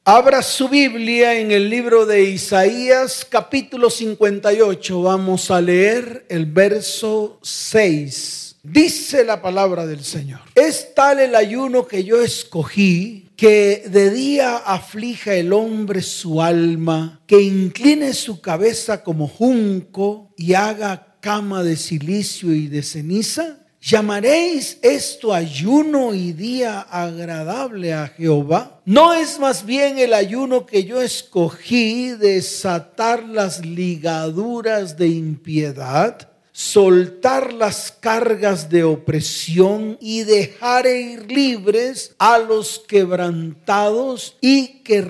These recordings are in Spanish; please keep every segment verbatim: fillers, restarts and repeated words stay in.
Abra su Biblia en el libro de Isaías, capítulo cincuenta y ocho. Vamos a leer el verso seis. Dice la palabra del Señor: es tal el ayuno que yo escogí, que de día aflija el hombre su alma, que incline su cabeza como junco y haga cama de cilicio y de ceniza. ¿Llamaréis esto ayuno y día agradable a Jehová? ¿No es más bien el ayuno que yo escogí, desatar las ligaduras de impiedad, soltar las cargas de opresión y dejar ir libres a los quebrantados, y que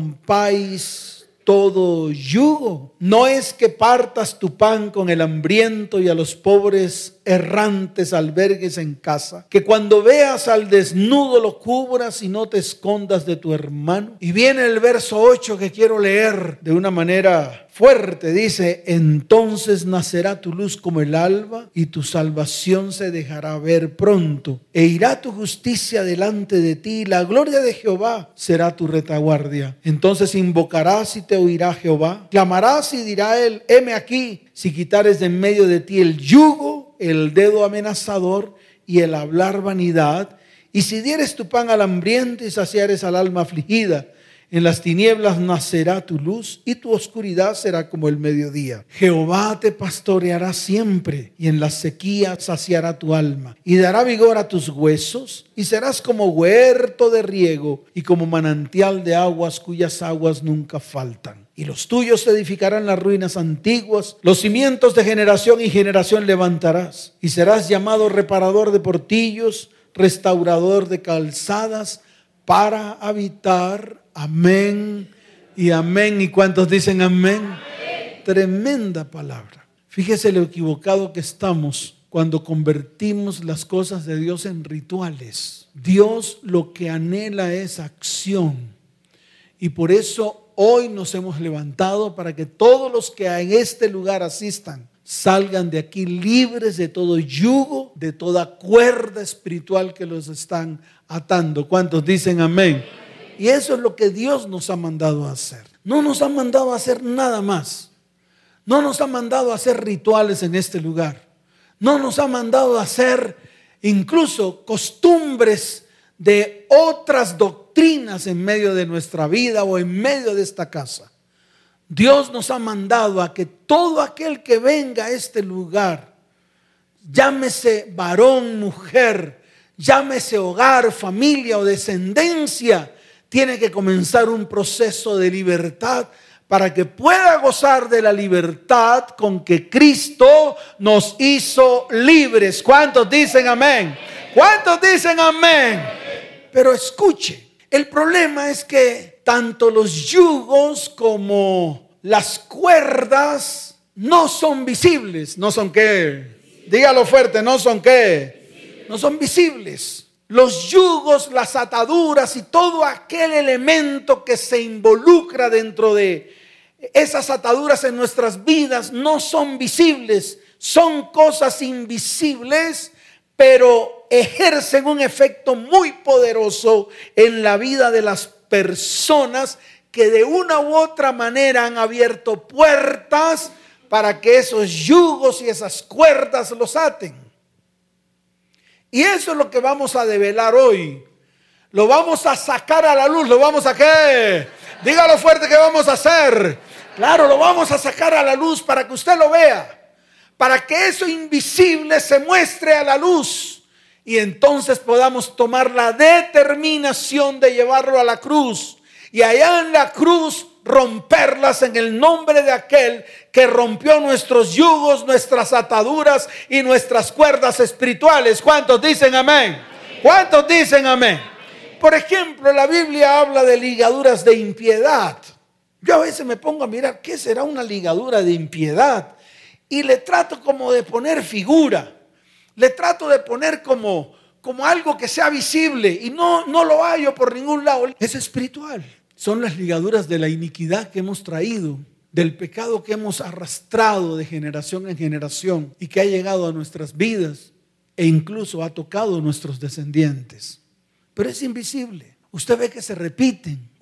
rompáis todo yugo? ¿No es que partas tu pan con el hambriento y a los pobres errantes albergues en casa? Que cuando veas al desnudo lo cubras y no te escondas de tu hermano. Y viene el verso ocho que quiero leer de una manera fuerte. Dice: entonces nacerá tu luz como el alba, y tu salvación se dejará ver pronto. E irá tu justicia delante de ti, y la gloria de Jehová será tu retaguardia. Entonces invocarás y te oirá Jehová. Clamarás y dirá él: heme aquí. Si quitares de en medio de ti el yugo, el dedo amenazador y el hablar vanidad, y si dieres tu pan al hambriento y saciares al alma afligida, en las tinieblas nacerá tu luz, y tu oscuridad será como el mediodía. Jehová te pastoreará siempre, y en la sequía saciará tu alma, y dará vigor a tus huesos, y serás como huerto de riego, y como manantial de aguas cuyas aguas nunca faltan. Y los tuyos edificarán las ruinas antiguas, los cimientos de generación y generación levantarás, y serás llamado reparador de portillos, restaurador de calzadas, para habitar. Amén y amén. ¿Y cuántos dicen amén? Amén. Tremenda palabra. Fíjese lo equivocado que estamos cuando convertimos las cosas de Dios en rituales. Dios lo que anhela es acción, y por eso hoy nos hemos levantado para que todos los que en este lugar asistan salgan de aquí libres de todo yugo, de toda cuerda espiritual que los están atando. ¿Cuántos dicen amén? Y eso es lo que Dios nos ha mandado a hacer. No nos ha mandado a hacer nada más. No nos ha mandado a hacer rituales en este lugar. No nos ha mandado a hacer incluso costumbres de otras doctrinas en medio de nuestra vida o en medio de esta casa. Dios nos ha mandado a que todo aquel que venga a este lugar, llámese varón, mujer, llámese hogar, familia o descendencia, tiene que comenzar un proceso de libertad para que pueda gozar de la libertad con que Cristo nos hizo libres. ¿Cuántos dicen amén? ¿Cuántos dicen amén? Pero escuche, el problema es que tanto los yugos como las cuerdas no son visibles. ¿No son qué? Dígalo fuerte, ¿no son qué? No son visibles. Los yugos, las ataduras y todo aquel elemento que se involucra dentro de esas ataduras en nuestras vidas no son visibles. Son cosas invisibles, pero ejercen un efecto muy poderoso en la vida de las personas que de una u otra manera han abierto puertas para que esos yugos y esas cuerdas los aten. Y eso es lo que vamos a develar hoy. Lo vamos a sacar a la luz. ¿Lo vamos a qué? Dígalo fuerte, ¿qué vamos a hacer? Claro, lo vamos a sacar a la luz para que usted lo vea, para que eso invisible se muestre a la luz, y entonces podamos tomar la determinación de llevarlo a la cruz, y allá en la cruz romperlas en el nombre de aquel que rompió nuestros yugos, nuestras ataduras y nuestras cuerdas espirituales. ¿Cuántos dicen amén? ¿Cuántos dicen amén? Por ejemplo, la Biblia habla de ligaduras de impiedad. Yo a veces me pongo a mirar qué será una ligadura de impiedad, y le trato como de poner figura, le trato de poner como, como algo que sea visible, y no, no lo hallo por ningún lado. Es espiritual. Son las ligaduras de la iniquidad que hemos traído, del pecado que hemos arrastrado de generación en generación y que ha llegado a nuestras vidas e incluso ha tocado a nuestros descendientes. Pero es invisible. Usted ve que se repiten.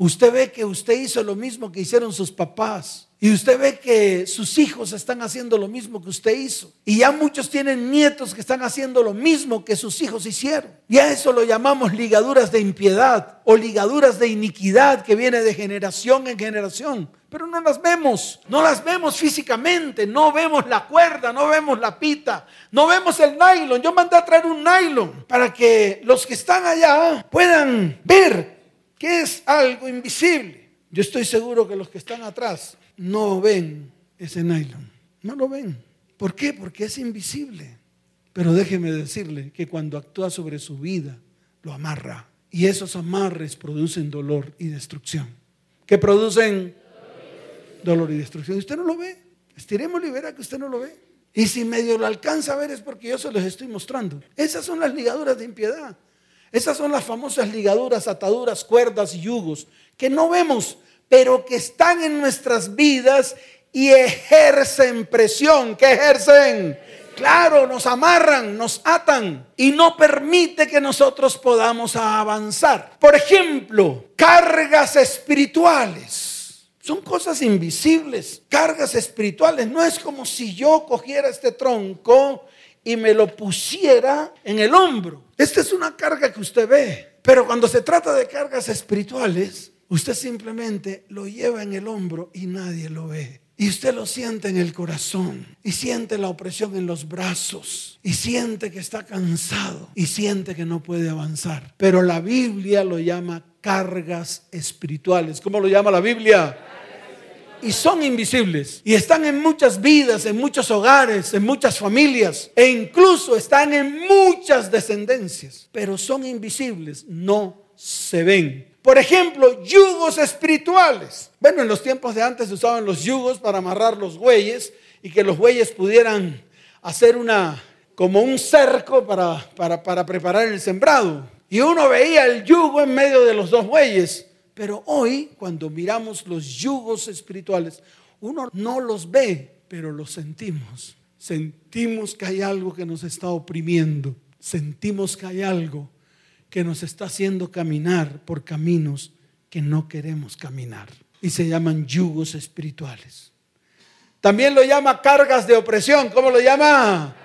Usted ve que usted hizo lo mismo que hicieron sus papás. Y usted ve que sus hijos están haciendo lo mismo que usted hizo. Y ya muchos tienen nietos que están haciendo lo mismo que sus hijos hicieron. Y a eso lo llamamos ligaduras de impiedad o ligaduras de iniquidad que viene de generación en generación. Pero no las vemos, no las vemos físicamente, no vemos la cuerda, no vemos la pita, no vemos el nylon. Yo mandé a traer un nylon para que los que están allá puedan ver que es algo invisible. Yo estoy seguro que los que están atrás no ven ese nylon, no lo ven. ¿Por qué? Porque es invisible. Pero déjeme decirle que cuando actúa sobre su vida, lo amarra. Y esos amarres producen dolor y destrucción. ¿Qué producen? Dolor y destrucción. Usted no lo ve. Estirémoslo y verá que usted no lo ve. Y si medio lo alcanza a ver es porque yo se los estoy mostrando. Esas son las ligaduras de impiedad. Esas son las famosas ligaduras, ataduras, cuerdas y yugos que no vemos, pero que están en nuestras vidas y ejercen presión. ¿Qué ejercen? Claro, nos amarran, nos atan y no permite que nosotros podamos avanzar. Por ejemplo, cargas espirituales. Son cosas invisibles, cargas espirituales. No es como si yo cogiera este tronco y me lo pusiera en el hombro. Esta es una carga que usted ve. Pero cuando se trata de cargas espirituales, usted simplemente lo lleva en el hombro y nadie lo ve. Y usted lo siente en el corazón y siente la opresión en los brazos y siente que está cansado y siente que no puede avanzar. Pero la Biblia lo llama cargas espirituales. ¿Cómo lo llama la Biblia? Y son invisibles y están en muchas vidas, en muchos hogares, en muchas familias e incluso están en muchas descendencias, pero son invisibles, no se ven. Por ejemplo, yugos espirituales. Bueno, en los tiempos de antes se usaban los yugos para amarrar los bueyes y que los bueyes pudieran hacer una, como un cerco para, para, para preparar el sembrado. Y uno veía el yugo en medio de los dos bueyes. Pero hoy, cuando miramos los yugos espirituales, uno no los ve, pero los sentimos. Sentimos que hay algo que nos está oprimiendo. Sentimos que hay algo que nos está haciendo caminar por caminos que no queremos caminar. Y se llaman yugos espirituales. También lo llama cargas de opresión. ¿Cómo lo llama?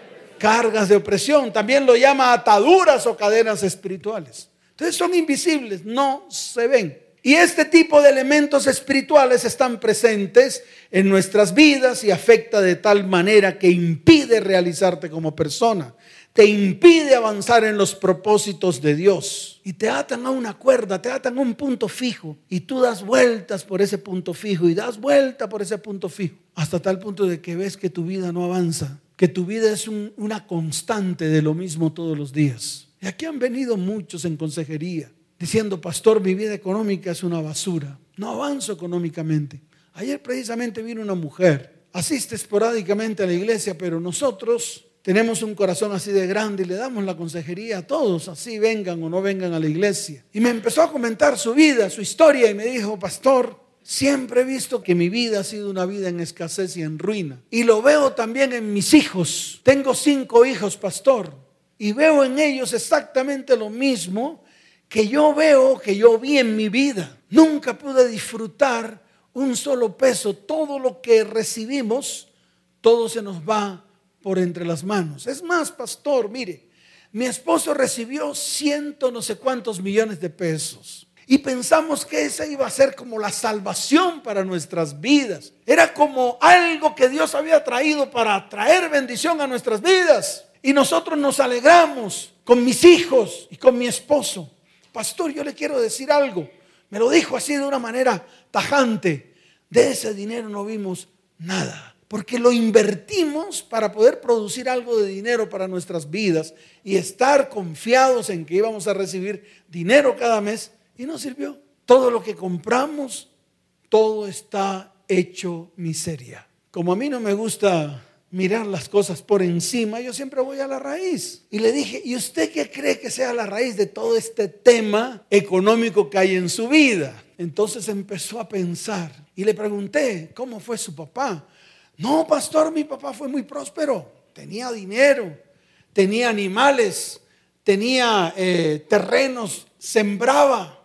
Cargas de opresión. También lo llama ataduras o cadenas espirituales. Entonces son invisibles, no se ven. Y este tipo de elementos espirituales están presentes en nuestras vidas y afecta de tal manera que impide realizarte como persona. Te impide avanzar en los propósitos de Dios. Y te atan a una cuerda, te atan a un punto fijo. Y tú das vueltas por ese punto fijo y das vuelta por ese punto fijo. Hasta tal punto de que ves que tu vida no avanza. Que tu vida es un, una constante de lo mismo todos los días. Y aquí han venido muchos en consejería diciendo: pastor, mi vida económica es una basura. No avanzo económicamente. Ayer precisamente vino una mujer. Asiste esporádicamente a la iglesia, pero nosotros tenemos un corazón así de grande y le damos la consejería a todos, así vengan o no vengan a la iglesia. Y me empezó a comentar su vida, su historia, y me dijo: pastor, siempre he visto que mi vida ha sido una vida en escasez y en ruina. Y lo veo también en mis hijos. Tengo cinco hijos, pastor, y veo en ellos exactamente lo mismo que yo veo, que yo vi en mi vida. Nunca pude disfrutar un solo peso. Todo lo que recibimos, todo se nos va por entre las manos. Es más, pastor, mire, mi esposo recibió ciento no sé cuántos millones de pesos. Y pensamos que esa iba a ser como la salvación para nuestras vidas. Era como algo que Dios había traído para traer bendición a nuestras vidas. Y nosotros nos alegramos con mis hijos y con mi esposo. Pastor, yo le quiero decir algo. Me lo dijo así de una manera tajante. De ese dinero no vimos nada. Porque lo invertimos para poder producir algo de dinero para nuestras vidas. Y estar confiados en que íbamos a recibir dinero cada mes. Y no sirvió. Todo lo que compramos, todo está hecho miseria. Como a mí no me gusta mirar las cosas por encima, yo siempre voy a la raíz. Y le dije: ¿y usted qué cree que sea la raíz de todo este tema económico que hay en su vida? Entonces empezó a pensar y le pregunté: ¿cómo fue su papá? No, pastor, mi papá fue muy próspero. Tenía dinero, tenía animales, tenía eh, terrenos, sembraba.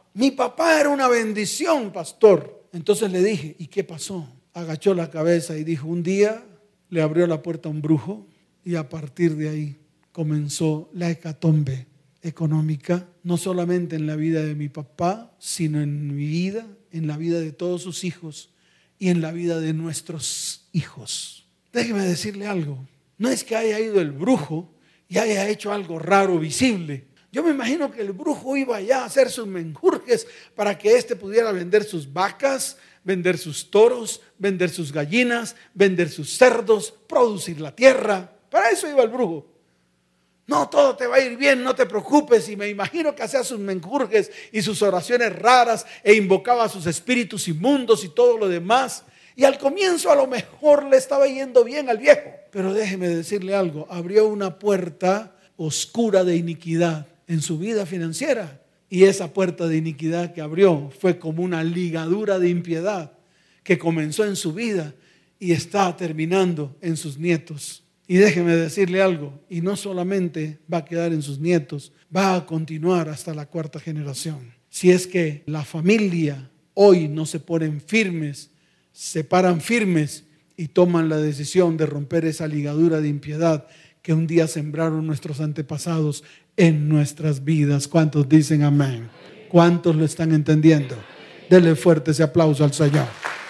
Mi papá era una bendición, pastor. Entonces le dije, ¿y qué pasó? Agachó la cabeza y dijo, un día le abrió la puerta a un brujo y a partir de ahí comenzó la hecatombe económica, no solamente en la vida de mi papá, sino en mi vida, en la vida de todos sus hijos y en la vida de nuestros hijos. Déjeme decirle algo, no es que haya ido el brujo y haya hecho algo raro, visible. Yo me imagino que el brujo iba allá a hacer sus menjurjes para que éste pudiera vender sus vacas, vender sus toros, vender sus gallinas, vender sus cerdos, producir la tierra. Para eso iba el brujo. No, todo te va a ir bien, no te preocupes. Y me imagino que hacía sus menjurjes y sus oraciones raras e invocaba a sus espíritus inmundos y todo lo demás. Y al comienzo a lo mejor le estaba yendo bien al viejo. Pero déjeme decirle algo, abrió una puerta oscura de iniquidad en su vida financiera. Y esa puerta de iniquidad que abrió fue como una ligadura de impiedad que comenzó en su vida y está terminando en sus nietos. Y déjeme decirle algo, y no solamente va a quedar en sus nietos, va a continuar hasta la cuarta generación. Si es que la familia hoy no se ponen firmes, se paran firmes y toman la decisión de romper esa ligadura de impiedad que un día sembraron nuestros antepasados en nuestras vidas. ¿Cuántos dicen amén? ¿Cuántos lo están entendiendo? Denle fuerte ese aplauso al Señor.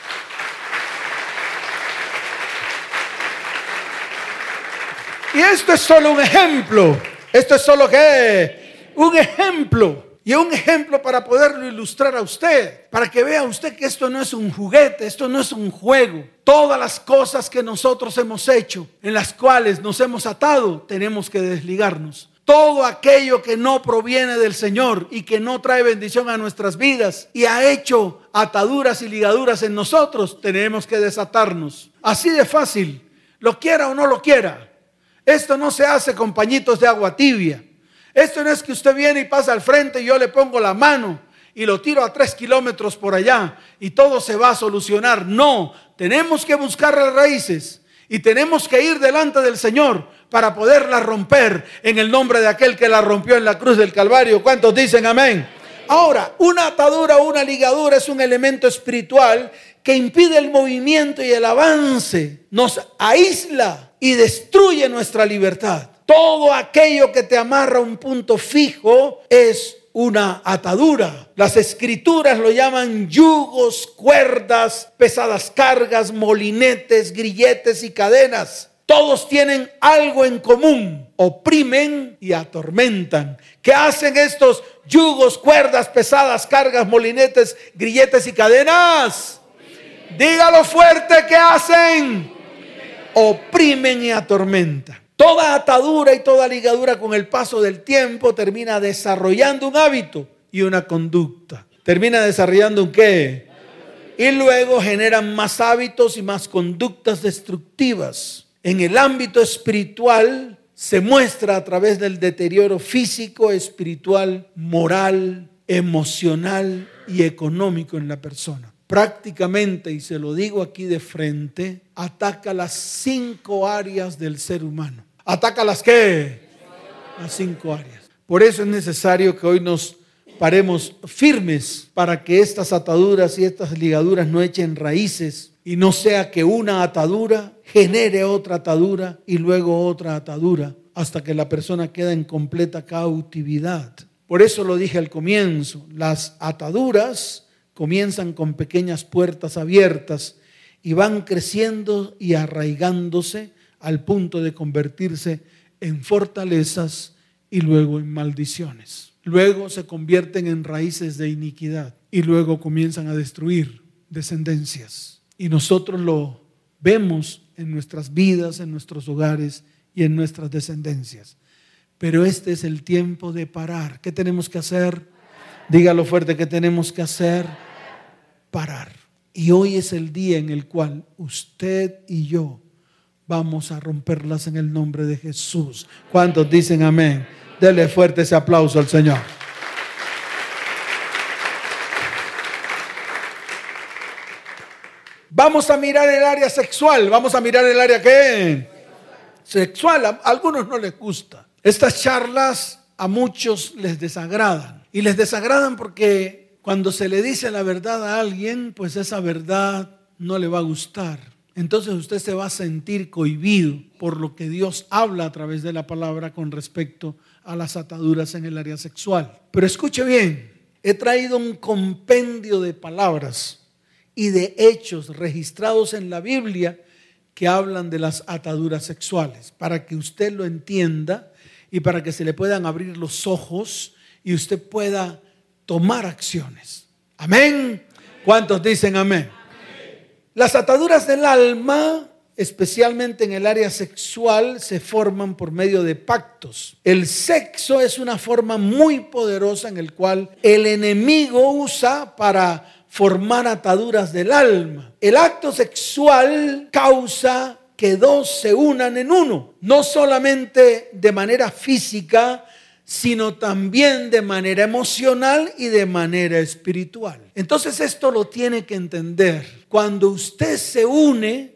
Y esto es solo un ejemplo. Esto es solo que un ejemplo. Y un ejemplo para poderlo ilustrar a usted, para que vea usted que esto no es un juguete, esto no es un juego. Todas las cosas que nosotros hemos hecho, en las cuales nos hemos atado, tenemos que desligarnos. Todo aquello que no proviene del Señor y que no trae bendición a nuestras vidas y ha hecho ataduras y ligaduras en nosotros, tenemos que desatarnos. Así de fácil, lo quiera o no lo quiera. Esto no se hace con pañitos de agua tibia. Esto no es que usted viene y pasa al frente y yo le pongo la mano y lo tiro a tres kilómetros por allá y todo se va a solucionar. No, tenemos que buscar las raíces y tenemos que ir delante del Señor para poderla romper en el nombre de aquel que la rompió en la cruz del Calvario. ¿Cuántos dicen amén? Ahora, una atadura o una ligadura es un elemento espiritual que impide el movimiento y el avance, nos aísla y destruye nuestra libertad. Todo aquello que te amarra a un punto fijo es una atadura. Las escrituras lo llaman yugos, cuerdas, pesadas cargas, molinetes, grilletes y cadenas. Todos tienen algo en común: oprimen y atormentan. ¿Qué hacen estos yugos, cuerdas, pesadas cargas, molinetes, grilletes y cadenas? Dígalo fuerte, ¿qué hacen? Oprimen y atormentan. Toda atadura y toda ligadura con el paso del tiempo termina desarrollando un hábito y una conducta. Termina desarrollando un qué. Y luego generan más hábitos y más conductas destructivas. En el ámbito espiritual se muestra a través del deterioro físico, espiritual, moral, emocional y económico en la persona. Prácticamente, y se lo digo aquí de frente, ataca las cinco áreas del ser humano. ¿Ataca las qué? Las cinco áreas. Por eso es necesario que hoy nos paremos firmes para que estas ataduras y estas ligaduras no echen raíces y no sea que una atadura genere otra atadura y luego otra atadura hasta que la persona queda en completa cautividad. Por eso lo dije al comienzo, las ataduras comienzan con pequeñas puertas abiertas y van creciendo y arraigándose al punto de convertirse en fortalezas y luego en maldiciones. Luego se convierten en raíces de iniquidad y luego comienzan a destruir descendencias. Y nosotros lo vemos en nuestras vidas, en nuestros hogares y en nuestras descendencias. Pero este es el tiempo de parar. ¿Qué tenemos que hacer? Dígalo fuerte, ¿qué tenemos que hacer? Parar. Y hoy es el día en el cual usted y yo vamos a romperlas en el nombre de Jesús. ¿Cuántos dicen amén? Dele fuerte ese aplauso al Señor. Vamos a mirar el área sexual. Vamos a mirar el área ¿qué? Sexual. A algunos no les gusta. Estas charlas a muchos les desagradan. Y les desagradan porque cuando se le dice la verdad a alguien, pues esa verdad no le va a gustar. Entonces usted se va a sentir cohibido por lo que Dios habla a través de la palabra con respecto a las ataduras en el área sexual. Pero escuche bien, he traído un compendio de palabras y de hechos registrados en la Biblia que hablan de las ataduras sexuales, para que usted lo entienda y para que se le puedan abrir los ojos y usted pueda tomar acciones. Amén. ¿Cuántos dicen amén? Las ataduras del alma, especialmente en el área sexual, se forman por medio de pactos. El sexo es una forma muy poderosa en el cual el enemigo usa para formar ataduras del alma. El acto sexual causa que dos se unan en uno, no solamente de manera física, sino también de manera emocional y de manera espiritual. Entonces esto lo tiene que entender. Cuando usted se une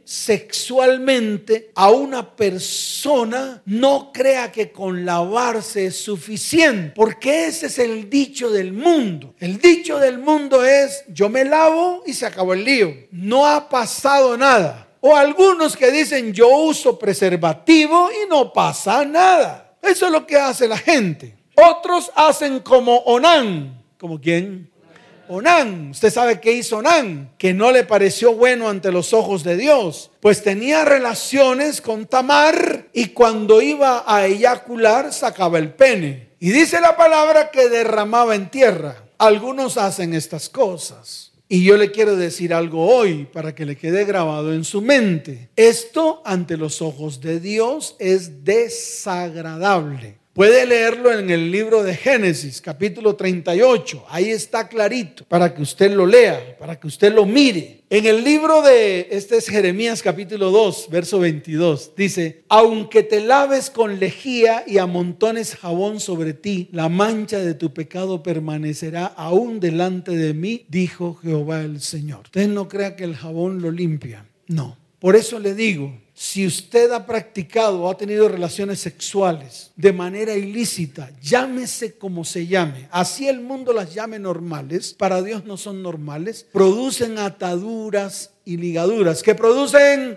sexualmente a una persona, no crea que con lavarse es suficiente, porque ese es el dicho del mundo. El dicho del mundo es: yo me lavo y se acabó el lío, no ha pasado nada. O algunos que dicen: yo uso preservativo y no pasa nada. Eso es lo que hace la gente. Otros hacen como Onán. ¿Como quién? Onán. Usted sabe qué hizo Onán, que no le pareció bueno ante los ojos de Dios. Pues tenía relaciones con Tamar y cuando iba a eyacular sacaba el pene. Y dice la palabra que derramaba en tierra. Algunos hacen estas cosas. Y yo le quiero decir algo hoy para que le quede grabado en su mente. Esto ante los ojos de Dios es desagradable. Puede leerlo en el libro de Génesis, capítulo treinta y ocho. Ahí está clarito para que usted lo lea, para que usted lo mire. En el libro de, este es Jeremías capítulo dos, verso veintidós. Dice: aunque te laves con lejía y amontones jabón sobre ti, la mancha de tu pecado permanecerá aún delante de mí, dijo Jehová el Señor. Usted no crea que el jabón lo limpia. No. Por eso le digo, si usted ha practicado o ha tenido relaciones sexuales de manera ilícita, llámese como se llame, así el mundo las llame normales, para Dios no son normales, producen ataduras y ligaduras. ¿Qué producen?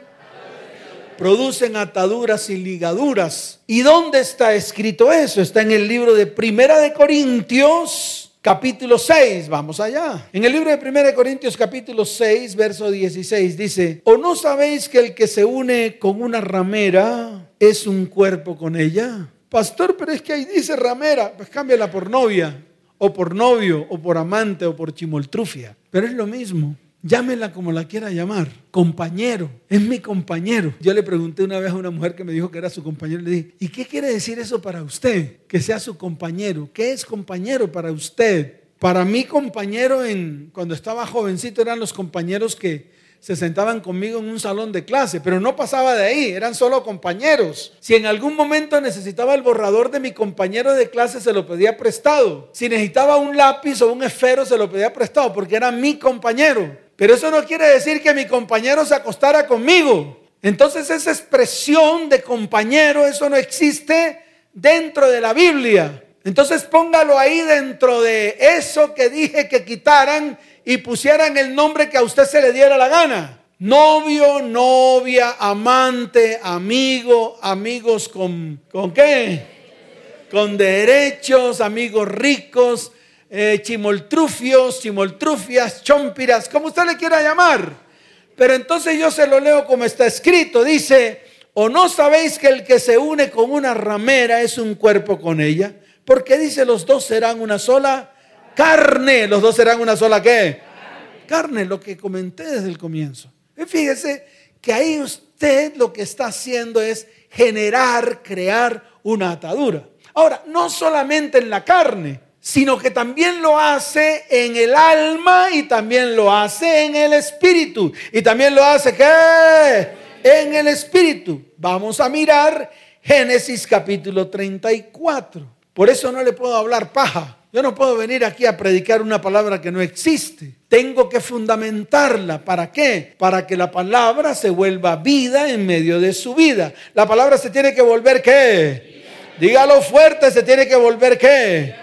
Producen ataduras y ligaduras. ¿Y dónde está escrito eso? Está en el libro de Primera de Corintios, capítulo seis, vamos allá. En el libro de Primera de Corintios capítulo seis, verso dieciséis dice: ¿o no sabéis que el que se une con una ramera es un cuerpo con ella? Pastor, pero es que ahí dice ramera. Pues cámbiala por novia, o por novio, o por amante, o por chimoltrufia. Pero es lo mismo. Llámela como la quiera llamar. Compañero, es mi compañero. Yo le pregunté una vez a una mujer que me dijo que era su compañero. Le dije: ¿y qué quiere decir eso para usted? Que sea su compañero. ¿Qué es compañero para usted? Para mí, compañero, en, cuando estaba jovencito, eran los compañeros que se sentaban conmigo en un salón de clase, pero no pasaba de ahí, eran solo compañeros. Si en algún momento necesitaba el borrador de mi compañero de clase, se lo pedía prestado. Si necesitaba un lápiz o un esfero, se lo pedía prestado, porque era mi compañero. Pero eso no quiere decir que mi compañero se acostara conmigo. Entonces esa expresión de compañero, eso no existe dentro de la Biblia. Entonces póngalo ahí dentro de eso que dije que quitaran y pusieran el nombre que a usted se le diera la gana. Novio, novia, amante, amigo, amigos con, ¿con qué? Con derechos, amigos ricos, eh, chimoltrufios, chimoltrufias, chompiras, como usted le quiera llamar. Pero entonces yo se lo leo como está escrito. Dice: ¿o no sabéis que el que se une con una ramera es un cuerpo con ella? Porque dice: los dos serán una sola carne. Los dos serán una sola ¿qué? Carne, carne, lo que comenté desde el comienzo. Y fíjese que ahí usted lo que está haciendo es generar, crear una atadura. Ahora, no solamente en la carne, sino que también lo hace en el alma y también lo hace en el espíritu. Y también lo hace ¿qué? En el espíritu. Vamos a mirar Génesis capítulo treinta y cuatro. Por eso no le puedo hablar paja. Yo no puedo venir aquí a predicar una palabra que no existe. Tengo que fundamentarla. ¿Para qué? Para que la palabra se vuelva vida en medio de su vida. La palabra se tiene que volver ¿qué? Dígalo fuerte, se tiene que volver ¿qué?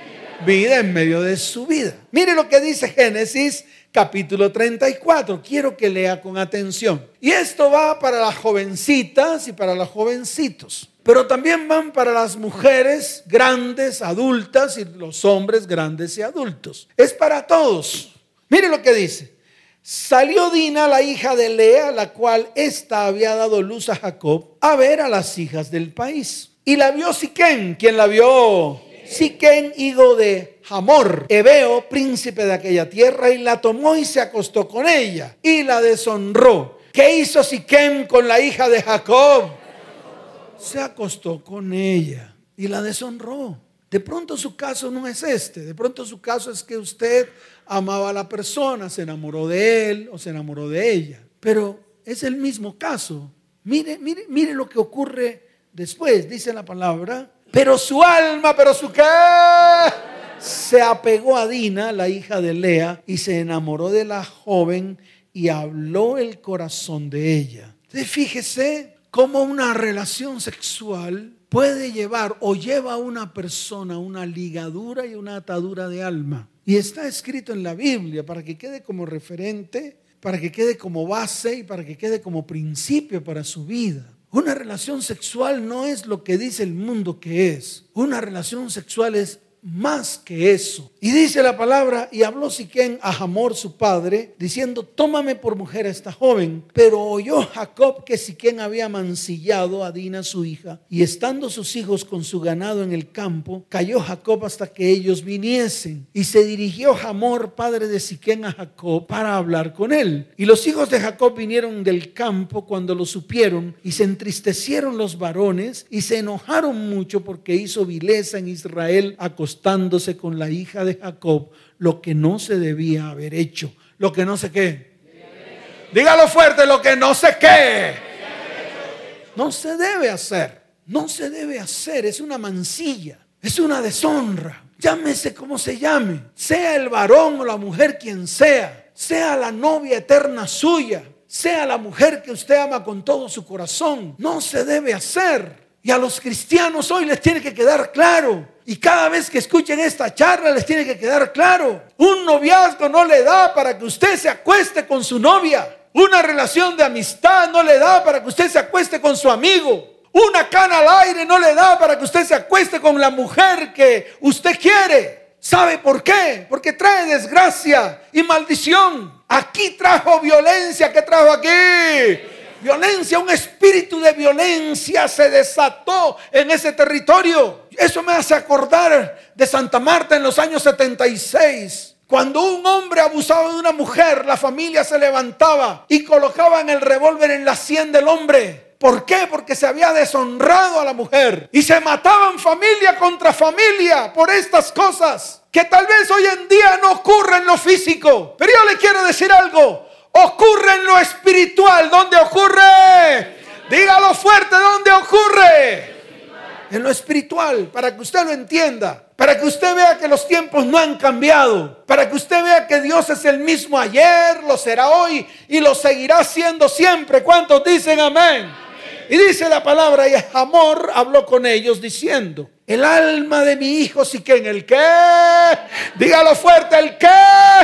vida en medio de su vida. Mire lo que dice Génesis capítulo treinta y cuatro. Quiero que lea con atención. Y esto va para las jovencitas y para los jovencitos. Pero también van para las mujeres grandes, adultas, y los hombres grandes y adultos. Es para todos. Mire lo que dice. Salió Dina, la hija de Lea, la cual ésta había dado luz a Jacob, a ver a las hijas del país. Y la vio Siquén. ¿Quién la vio? Siquén, hijo de Hamor, heveo, príncipe de aquella tierra, y la tomó y se acostó con ella y la deshonró. ¿Qué hizo Siquén con la hija de Jacob? Se acostó con ella y la deshonró. De pronto su caso no es este. De pronto su caso es que usted amaba a la persona, se enamoró de él o se enamoró de ella. Pero es el mismo caso. Mire, mire, mire lo que ocurre después. Dice la palabra. Pero su alma, pero su qué, se apegó a Dina, la hija de Lea, y se enamoró de la joven y habló el corazón de ella. Entonces, fíjese cómo una relación sexual puede llevar o lleva a una persona una ligadura y una atadura de alma. Y está escrito en la Biblia para que quede como referente, para que quede como base y para que quede como principio para su vida. Una relación sexual no es lo que dice el mundo que es. Una relación sexual es más que eso. Y dice la palabra, y habló Siquén a Hamor su padre, diciendo, tómame por mujer a esta joven. Pero oyó Jacob que Siquén había mancillado a Dina su hija, y estando sus hijos con su ganado en el campo, cayó Jacob hasta que ellos viniesen. Y se dirigió Hamor, padre de Siquén, a Jacob para hablar con él. Y los hijos de Jacob vinieron del campo cuando lo supieron, y se entristecieron los varones, y se enojaron mucho porque hizo vileza en Israel acostándose con la hija de Jacob, lo que no se debía haber hecho. Lo que no sé qué. Dígalo fuerte, lo que no sé qué. No se debe hacer. No se debe hacer. Es una mancilla. Es una deshonra. Llámese como se llame. Sea el varón o la mujer quien sea. Sea la novia eterna suya. Sea la mujer que usted ama con todo su corazón. No se debe hacer. Y a los cristianos hoy les tiene que quedar claro. Y cada vez que escuchen esta charla les tiene que quedar claro. Un noviazgo no le da para que usted se acueste con su novia. Una relación de amistad no le da para que usted se acueste con su amigo. Una cana al aire no le da para que usted se acueste con la mujer que usted quiere. ¿Sabe por qué? Porque trae desgracia y maldición. Aquí trajo violencia. ¿Qué trajo aquí? Violencia, un espíritu de violencia se desató en ese territorio. Eso me hace acordar de Santa Marta en los años setenta y seis. Cuando un hombre abusaba de una mujer, la familia se levantaba y colocaban el revólver en la sien del hombre. ¿Por qué? Porque se había deshonrado a la mujer. Y se mataban familia contra familia por estas cosas, que tal vez hoy en día no ocurren en lo físico. Pero yo le quiero decir algo. Ocurre en lo espiritual. ¿Dónde ocurre? Dígalo fuerte, ¿dónde ocurre? En lo espiritual, para que usted lo entienda, para que usted vea que los tiempos no han cambiado, para que usted vea que Dios es el mismo ayer, lo será hoy y lo seguirá siendo siempre. ¿Cuántos dicen amén? Amén. Y dice la palabra, y Hamor habló con ellos diciendo, el alma de mi hijo Siquén, ¿el qué? Dígalo fuerte, ¿el qué?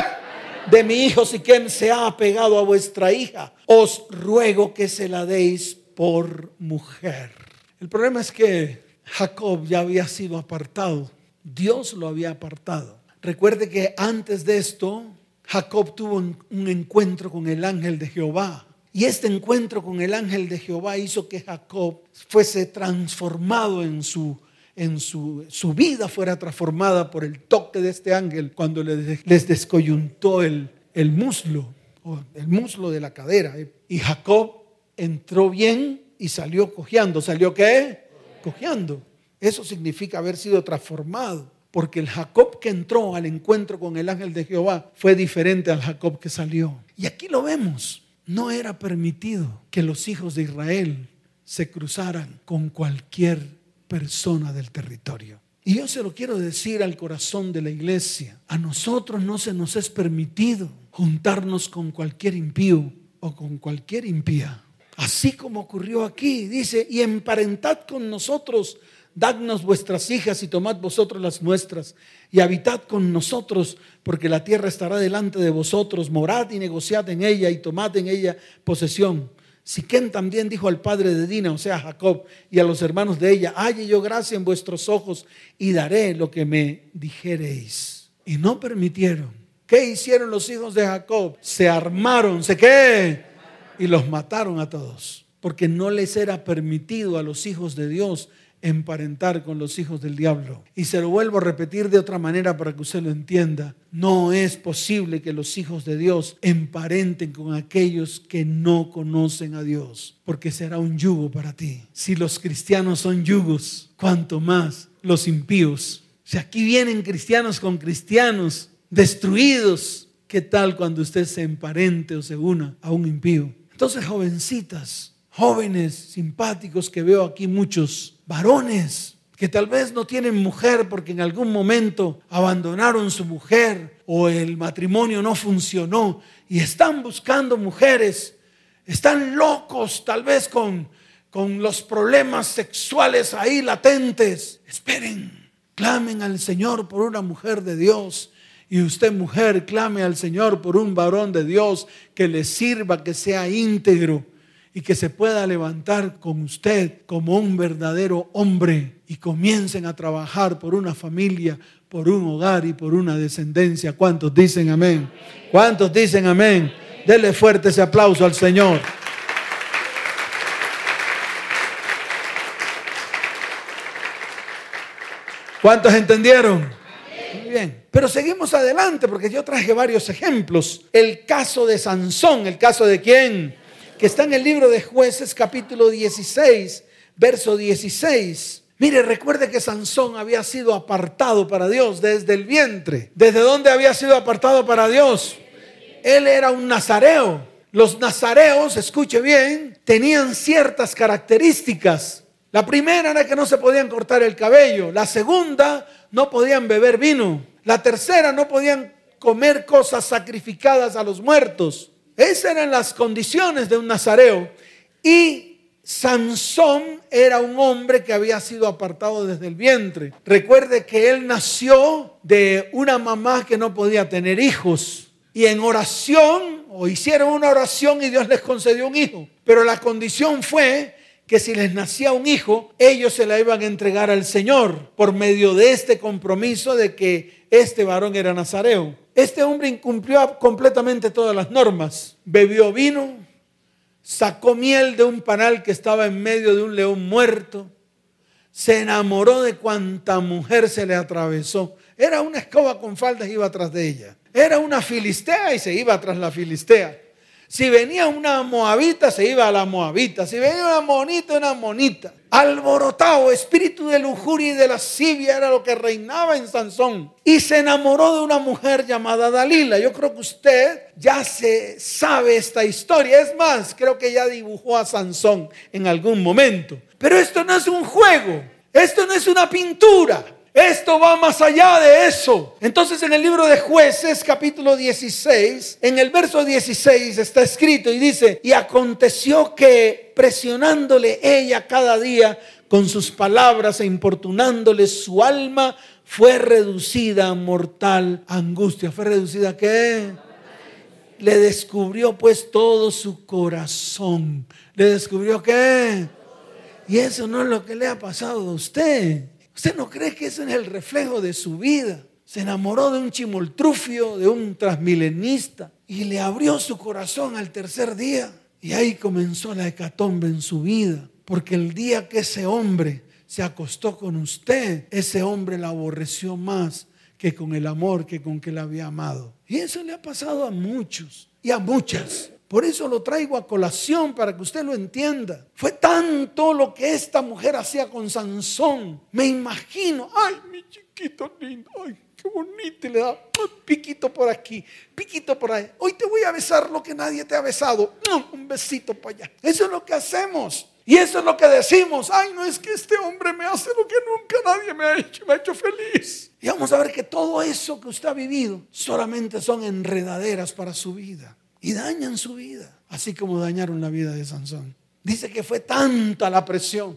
De mi hijo Siquén se ha apegado a vuestra hija. Os ruego que se la deis por mujer. El problema es que Jacob ya había sido apartado. Dios lo había apartado. Recuerde que antes de esto, Jacob tuvo un, un encuentro con el ángel de Jehová. Y este encuentro con el ángel de Jehová hizo que Jacob fuese transformado en su En su, su vida fuera transformada por el toque de este ángel cuando les, les descoyuntó el, el muslo, o el muslo de la cadera. Y Jacob entró bien y salió cojeando. ¿Salió qué? Cojeando. Eso significa haber sido transformado, porque el Jacob que entró al encuentro con el ángel de Jehová fue diferente al Jacob que salió. Y aquí lo vemos. No era permitido que los hijos de Israel se cruzaran con cualquier persona del territorio. Y yo se lo quiero decir al corazón de la iglesia. A nosotros no se nos es permitido juntarnos con cualquier impío o con cualquier impía. Así como ocurrió aquí, dice, y emparentad con nosotros dadnos vuestras hijas y tomad vosotros las nuestras y habitad con nosotros, porque la tierra estará delante de vosotros. Morad y negociad en ella y tomad en ella posesión. Siquem también dijo al padre de Dina, o sea, Jacob, y a los hermanos de ella: halle yo gracia en vuestros ojos y daré lo que me dijereis. Y no permitieron. ¿Qué hicieron los hijos de Jacob? Se armaron, ¿se qué? Y los mataron a todos, porque no les era permitido a los hijos de Dios emparentar con los hijos del diablo. Y se lo vuelvo a repetir de otra manera para que usted lo entienda. No es posible que los hijos de Dios emparenten con aquellos que no conocen a Dios, porque será un yugo para ti. Si los cristianos son yugos, cuánto más los impíos. Si aquí vienen cristianos con cristianos destruidos, ¿qué tal cuando usted se emparente o se una a un impío? Entonces, jovencitas, jóvenes simpáticos que veo aquí, muchos varones que tal vez no tienen mujer porque en algún momento abandonaron su mujer o el matrimonio no funcionó y están buscando mujeres, están locos tal vez con, con los problemas sexuales ahí latentes. Esperen, clamen al Señor por una mujer de Dios. Y usted, mujer, clame al Señor por un varón de Dios que le sirva, que sea íntegro y que se pueda levantar con usted como un verdadero hombre, y comiencen a trabajar por una familia, por un hogar y por una descendencia. ¿Cuántos dicen amén? ¿Cuántos dicen amén? Denle fuerte ese aplauso al Señor. ¿Cuántos entendieron? Muy bien, pero seguimos adelante porque yo traje varios ejemplos. El caso de Sansón, ¿el caso de quién? Que está en el libro de Jueces capítulo dieciséis, verso dieciséis. Mire, recuerde que Sansón había sido apartado para Dios desde el vientre. ¿Desde dónde había sido apartado para Dios? Él era un nazareo. Los nazareos, escuche bien, tenían ciertas características. La primera era que no se podían cortar el cabello. La segunda, no podían beber vino. La tercera, no podían comer cosas sacrificadas a los muertos. Esas eran las condiciones de un nazareo. Y Sansón era un hombre que había sido apartado desde el vientre. Recuerde que él nació de una mamá que no podía tener hijos. Y en oración, o hicieron una oración y Dios les concedió un hijo. Pero la condición fue que si les nacía un hijo, ellos se la iban a entregar al Señor por medio de este compromiso de que este varón era nazareo. Este hombre incumplió completamente todas las normas. Bebió vino, sacó miel de un panal que estaba en medio de un león muerto, se enamoró de cuanta mujer se le atravesó. Era una escoba con faldas y iba atrás de ella. Era una filistea y se iba tras la filistea. Si venía una moabita, se iba a la moabita. Si venía una monita, una monita. Alborotado, espíritu de lujuria y de lascivia era lo que reinaba en Sansón. Y se enamoró de una mujer llamada Dalila. Yo creo que usted ya se sabe esta historia. Es más, creo que ya dibujó a Sansón en algún momento. Pero esto no es un juego. Esto no es una pintura. Esto va más allá de eso. Entonces, en el libro de Jueces capítulo dieciséis, en el verso dieciséis está escrito y dice: y aconteció que presionándole ella cada día con sus palabras e importunándole, su alma fue reducida a mortal angustia. ¿Fue reducida a qué? Le descubrió pues todo su corazón. ¿Le descubrió qué? Y eso no es lo que le ha pasado a usted. ¿Usted no cree que eso es el reflejo de su vida? Se enamoró de un chimoltrufio, de un transmilenista, y le abrió su corazón al tercer día. Y ahí comenzó la hecatombe en su vida. Porque el día que ese hombre se acostó con usted, ese hombre la aborreció más que con el amor que con que la había amado. Y eso le ha pasado a muchos y a muchas. Por eso lo traigo a colación para que usted lo entienda. Fue tanto lo que esta mujer hacía con Sansón. Me imagino, ay, mi chiquito lindo, ay, qué bonito. Y le da un piquito por aquí, piquito por ahí. Hoy te voy a besar lo que nadie te ha besado. Un besito para allá. Eso es lo que hacemos. Y eso es lo que decimos. Ay, no, es que este hombre me hace lo que nunca nadie me ha hecho. Me ha hecho feliz. Y vamos a ver que todo eso que usted ha vivido solamente son enredaderas para su vida. Y dañan su vida, así como dañaron la vida de Sansón. Dice que fue tanta la presión,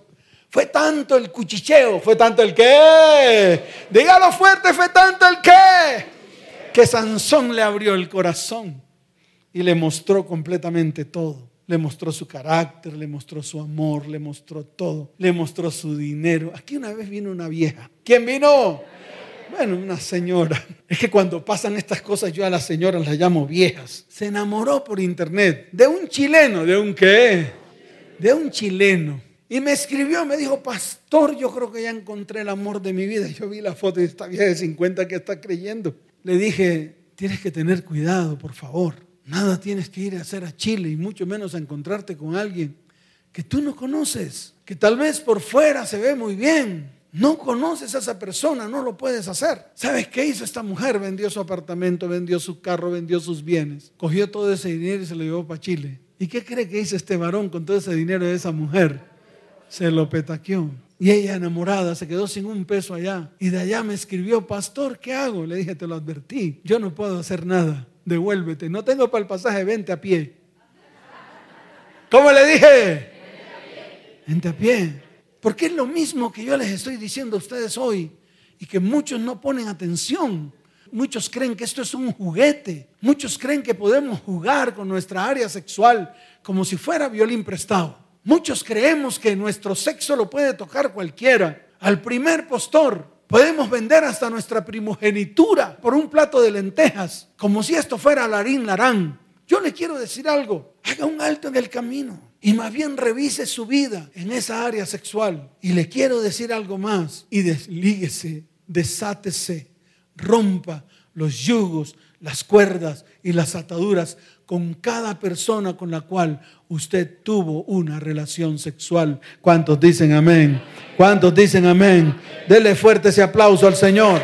Fue tanto el cuchicheo, fue tanto el qué. Dígalo fuerte, fue tanto el qué. Que Sansón le abrió el corazón y le mostró completamente todo. Le mostró su carácter, le mostró su amor, le mostró todo. Le mostró su dinero. Aquí una vez vino una vieja. ¿Quién vino? Bueno, una señora. Es que cuando pasan estas cosas yo a las señoras las llamo viejas. Se enamoró por internet de un chileno. ¿De un qué? De un chileno. Y me escribió, me dijo, pastor, yo creo que ya encontré el amor de mi vida. Yo vi la foto de esta vieja de cincuenta que está creyendo. Le dije, tienes que tener cuidado, por favor. Nada tienes que ir a hacer a Chile y mucho menos a encontrarte con alguien que tú no conoces, que tal vez por fuera se ve muy bien. No conoces a esa persona, no lo puedes hacer. ¿Sabes qué hizo esta mujer? Vendió su apartamento, vendió su carro, vendió sus bienes. Cogió todo ese dinero y se lo llevó para Chile. ¿Y qué cree que hizo este varón con todo ese dinero de esa mujer? Se lo petaqueó. Y ella enamorada se quedó sin un peso allá. Y de allá me escribió, pastor, ¿qué hago? Le dije, te lo advertí, yo no puedo hacer nada. Devuélvete, no tengo para el pasaje, vente a pie. ¿Cómo le dije? Vente a pie. Porque es lo mismo que yo les estoy diciendo a ustedes hoy y que muchos no ponen atención. Muchos creen que esto es un juguete. Muchos creen que podemos jugar con nuestra área sexual como si fuera violín prestado. Muchos creemos que nuestro sexo lo puede tocar cualquiera. Al primer postor. Podemos vender hasta nuestra primogenitura por un plato de lentejas, como si esto fuera larín larán. Yo le quiero decir algo, haga un alto en el camino y más bien revise su vida en esa área sexual. Y le quiero decir algo más, y deslíguese, desátese, rompa los yugos, las cuerdas y las ataduras con cada persona con la cual usted tuvo una relación sexual. ¿Cuántos dicen amén? ¿Cuántos dicen amén? Dele fuerte ese aplauso al Señor.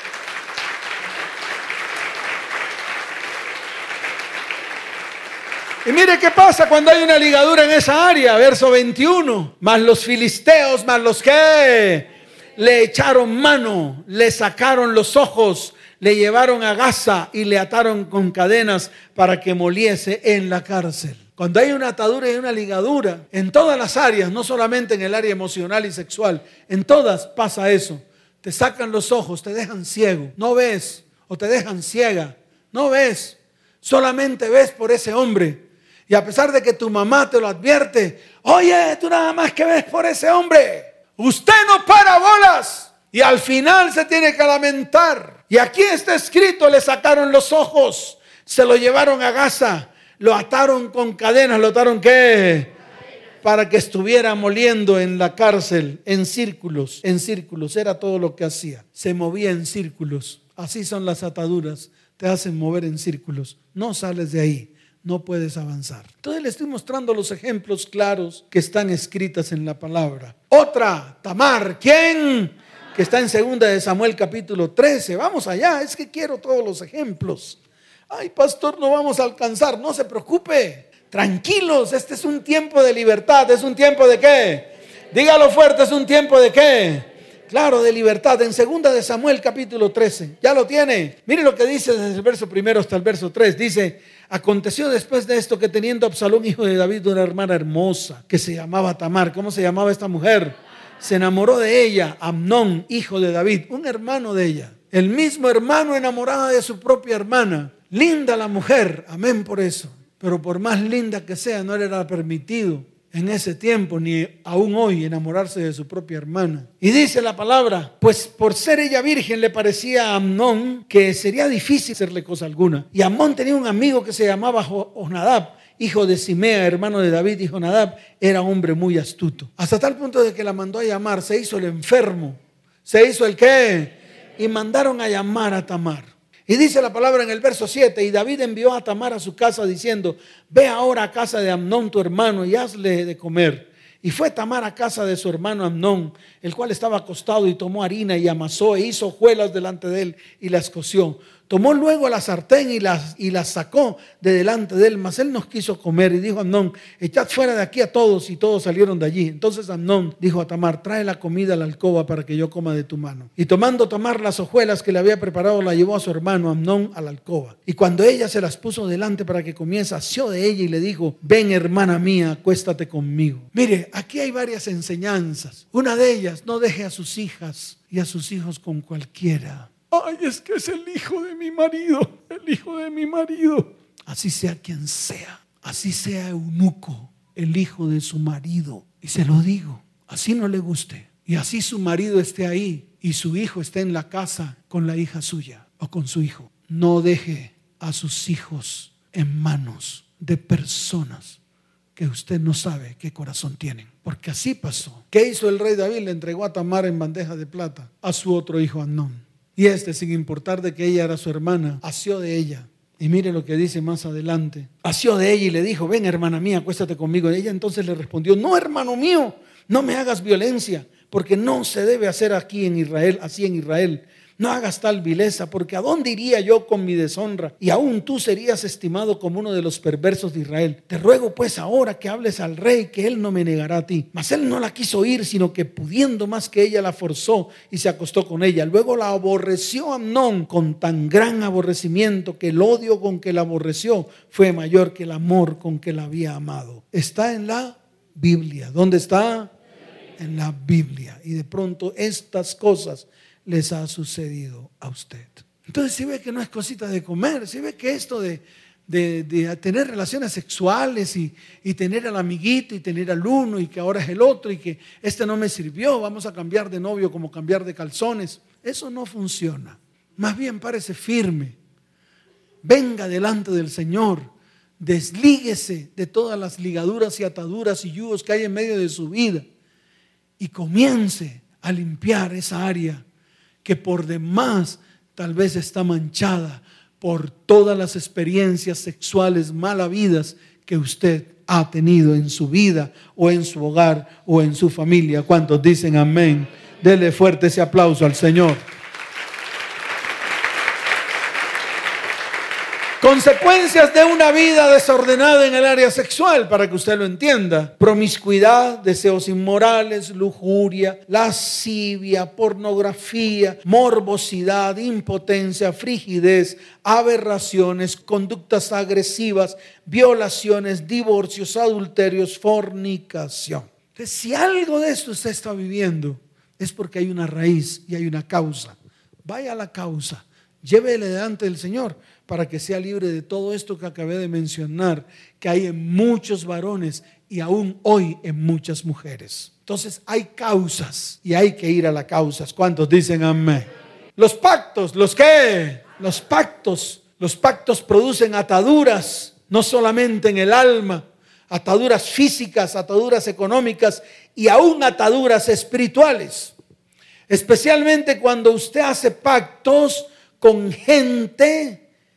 Y mire qué pasa cuando hay una ligadura en esa área. Verso veintiuno. Más los filisteos, más los que le echaron mano, le sacaron los ojos, le llevaron a Gaza y le ataron con cadenas para que moliese en la cárcel. Cuando hay una atadura y una ligadura, en todas las áreas, no solamente en el área emocional y sexual, en todas pasa eso. Te sacan los ojos, te dejan ciego, no ves, o te dejan ciega, no ves, solamente ves por ese hombre. Y a pesar de que tu mamá te lo advierte, oye, tú nada más que ves por ese hombre, usted no para bolas. Y al final se tiene que lamentar. Y aquí está escrito, le sacaron los ojos, se lo llevaron a Gaza, lo ataron con cadenas, lo ataron ¿qué? Para que estuviera moliendo en la cárcel, en círculos, en círculos, era todo lo que hacía. Se movía en círculos, así son las ataduras, te hacen mover en círculos, no sales de ahí, no puedes avanzar. Entonces le estoy mostrando los ejemplos claros que están escritas en la palabra. Otra, Tamar, ¿quién? Que está en segunda de Samuel capítulo trece. Vamos allá, es que quiero todos los ejemplos. Ay, pastor, no vamos a alcanzar. No se preocupe, tranquilos, este es un tiempo de libertad. ¿Es un tiempo de qué? Dígalo fuerte, ¿es un tiempo de qué? Claro, de libertad. En segunda de Samuel capítulo trece, ¿ya lo tiene? Mire lo que dice desde el verso primero hasta el verso tres. Dice, aconteció después de esto que teniendo Absalón, hijo de David, una hermana hermosa que se llamaba Tamar. ¿Cómo se llamaba esta mujer? Se enamoró de ella Amnón, hijo de David, un hermano de ella. El mismo hermano enamorado de su propia hermana. Linda la mujer, amén por eso. Pero por más linda que sea, no le era permitido en ese tiempo, ni aún hoy, enamorarse de su propia hermana. Y dice la palabra, pues por ser ella virgen le parecía a Amnón que sería difícil hacerle cosa alguna. Y Amnón tenía un amigo que se llamaba Jonadab, hijo de Simea, hermano de David, y Jonadab era hombre muy astuto. Hasta tal punto de que la mandó a llamar, se hizo el enfermo. ¿Se hizo el qué? Y mandaron a llamar a Tamar. Y dice la palabra en el verso siete, y David envió a Tamar a su casa diciendo, ve ahora a casa de Amnón tu hermano y hazle de comer. Y fue Tamar a casa de su hermano Amnón, el cual estaba acostado, y tomó harina y amasó e hizo hojuelas delante de él y las coció. Tomó luego la sartén y la, y la sacó de delante de él, mas él no quiso comer. Y dijo a Amnón: echad fuera de aquí a todos. Y todos salieron de allí. Entonces Amnón dijo a Tamar: trae la comida a la alcoba para que yo coma de tu mano. Y tomando Tamar las hojuelas que le había preparado, la llevó a su hermano Amnón a la alcoba. Y cuando ella se las puso delante para que comiese, asió de ella y le dijo: ven, hermana mía, acuéstate conmigo. Mire, aquí hay varias enseñanzas. Una de ellas: no deje a sus hijas y a sus hijos con cualquiera. Ay, es que es el hijo de mi marido, el hijo de mi marido. Así sea quien sea, así sea eunuco, el hijo de su marido. Y se lo digo, así no le guste. Y así su marido esté ahí y su hijo esté en la casa con la hija suya o con su hijo. No deje a sus hijos en manos de personas que usted no sabe qué corazón tienen. Porque así pasó. ¿Qué hizo el rey David? Le entregó a Tamar en bandeja de plata a su otro hijo Amnón. Y este, sin importar de que ella era su hermana, asió de ella. Y mire lo que dice más adelante. Asió de ella y le dijo: ven, hermana mía, acuéstate conmigo. Y ella entonces le respondió: no, hermano mío, no me hagas violencia, porque no se debe hacer aquí en Israel, así en Israel. No hagas tal vileza, porque ¿a dónde iría yo con mi deshonra? Y aún tú serías estimado como uno de los perversos de Israel. Te ruego pues ahora que hables al rey, que él no me negará a ti. Mas él no la quiso oír, sino que pudiendo más que ella, la forzó y se acostó con ella. Luego la aborreció Amnón con tan gran aborrecimiento que el odio con que la aborreció fue mayor que el amor con que la había amado. Está en la Biblia. ¿Dónde está? En la Biblia. Y de pronto estas cosas les ha sucedido a usted. Entonces, si ve que no es cosita de comer, si ve que esto de, de, de tener relaciones sexuales y, y tener al amiguito y tener al uno y que ahora es el otro y que este no me sirvió, vamos a cambiar de novio como cambiar de calzones, eso no funciona. Más bien párese firme, venga delante del Señor, deslíguese de todas las ligaduras y ataduras y yugos que hay en medio de su vida y comience a limpiar esa área que por demás tal vez está manchada por todas las experiencias sexuales mal habidas que usted ha tenido en su vida o en su hogar o en su familia. ¿Cuántos dicen amén? Dele fuerte ese aplauso al Señor. Consecuencias de una vida desordenada en el área sexual, para que usted lo entienda: promiscuidad, deseos inmorales, lujuria, lascivia, pornografía, morbosidad, impotencia, frigidez, aberraciones, conductas agresivas, violaciones, divorcios, adulterios, fornicación. Entonces, si algo de esto usted está viviendo, es porque hay una raíz y hay una causa. Vaya a la causa, llévele delante del Señor para que sea libre de todo esto que acabé de mencionar, que hay en muchos varones y aún hoy en muchas mujeres. Entonces hay causas y hay que ir a las causas. ¿Cuántos dicen amén? Los pactos, ¿los qué? Los pactos. Los pactos producen ataduras, no solamente en el alma, ataduras físicas, ataduras económicas y aún ataduras espirituales. Especialmente cuando usted hace pactos con gente,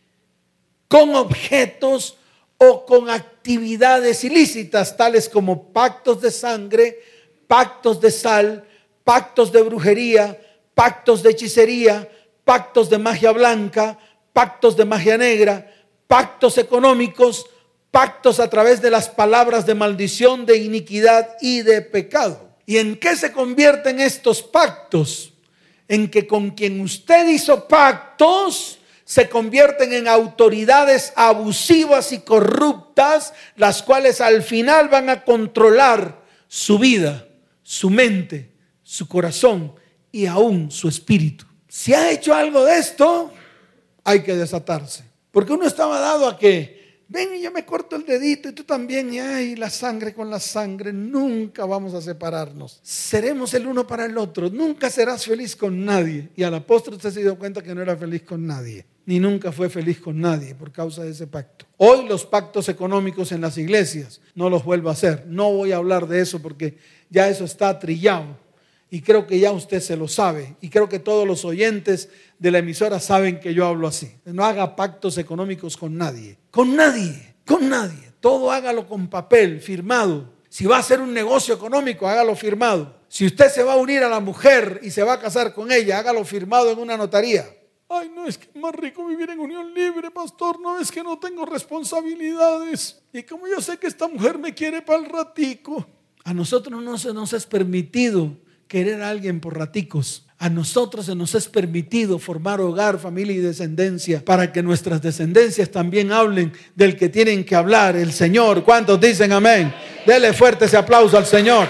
con objetos o con actividades ilícitas, tales como pactos de sangre, pactos de sal, pactos de brujería, pactos de hechicería, pactos de magia blanca, pactos de magia negra, pactos económicos, pactos a través de las palabras de maldición, de iniquidad y de pecado. ¿Y en qué se convierten estos pactos? En que con quien usted hizo pactos se convierten en autoridades abusivas y corruptas, las cuales al final van a controlar su vida, su mente, su corazón y aún su espíritu. Si ha hecho algo de esto, hay que desatarse. Porque uno estaba dado a que, ven y yo me corto el dedito y tú también, y ay, la sangre con la sangre, nunca vamos a separarnos. Seremos el uno para el otro, nunca serás feliz con nadie. Y al apóstol usted se dio cuenta que no era feliz con nadie, ni nunca fue feliz con nadie por causa de ese pacto. Hoy los pactos económicos en las iglesias no los vuelvo a hacer. No voy a hablar de eso porque ya eso está trillado y creo que ya usted se lo sabe, y creo que todos los oyentes de la emisora saben que yo hablo así. No haga pactos económicos con nadie, con nadie, con nadie. Todo hágalo con papel, firmado. Si va a hacer un negocio económico, hágalo firmado. Si usted se va a unir a la mujer y se va a casar con ella, hágalo firmado en una notaría. Ay, no, es que es más rico vivir en unión libre, pastor. No, es que no tengo responsabilidades. Y como yo sé que esta mujer me quiere para el ratico. A nosotros no se nos es permitido querer a alguien por raticos. A nosotros se nos es permitido formar hogar, familia y descendencia para que nuestras descendencias también hablen del que tienen que hablar, el Señor. ¿Cuántos dicen amén? Dele fuerte ese aplauso al Señor.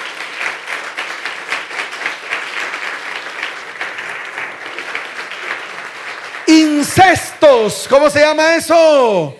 Incestos, ¿cómo se llama eso?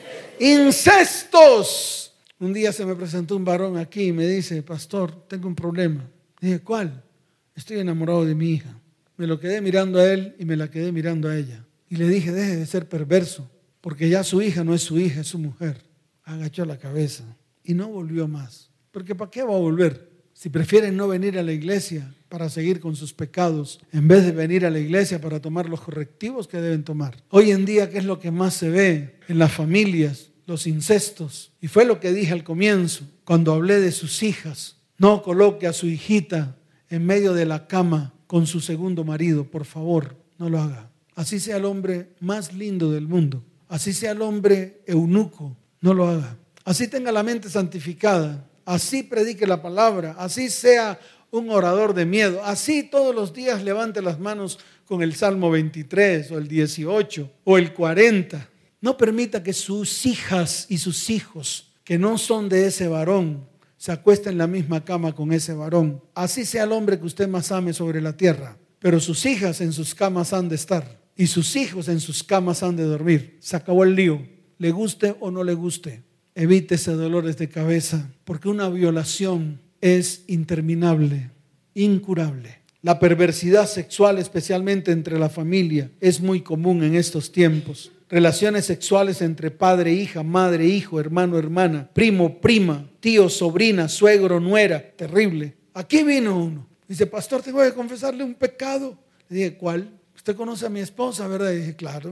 Incestos. Un día se me presentó un varón aquí y me dice: pastor, tengo un problema. Dije: ¿cuál? Estoy enamorado de mi hija. Me lo quedé mirando a él y me la quedé mirando a ella. Y le dije: deje de ser perverso, porque ya su hija no es su hija, es su mujer. Agachó la cabeza y no volvió más. Porque ¿para qué va a volver? Si prefieren no venir a la iglesia para seguir con sus pecados, en vez de venir a la iglesia para tomar los correctivos que deben tomar. Hoy en día, ¿qué es lo que más se ve en las familias? Los incestos. Y fue lo que dije al comienzo, cuando hablé de sus hijas. No coloque a su hijita en medio de la cama con su segundo marido, por favor, no lo haga. Así sea el hombre más lindo del mundo, así sea el hombre eunuco, no lo haga. Así tenga la mente santificada, así predique la palabra, así sea un orador de miedo, así todos los días levante las manos con el Salmo veintitrés o el dieciocho o el cuarenta. No permita que sus hijas y sus hijos que no son de ese varón se acuesten en la misma cama con ese varón. Así sea el hombre que usted más ame sobre la tierra, pero sus hijas en sus camas han de estar y sus hijos en sus camas han de dormir. Se acabó el lío, le guste o no le guste. Evítese dolores de cabeza, porque una violación es interminable, incurable. La perversidad sexual, especialmente entre la familia, es muy común en estos tiempos. Relaciones sexuales entre padre, hija, madre, hijo, hermano, hermana, primo, prima, tío, sobrina, suegro, nuera. Terrible. Aquí vino uno. Dice: pastor, tengo que confesarle un pecado. Le dije: ¿cuál? Usted conoce a mi esposa, ¿verdad? Y dije: claro.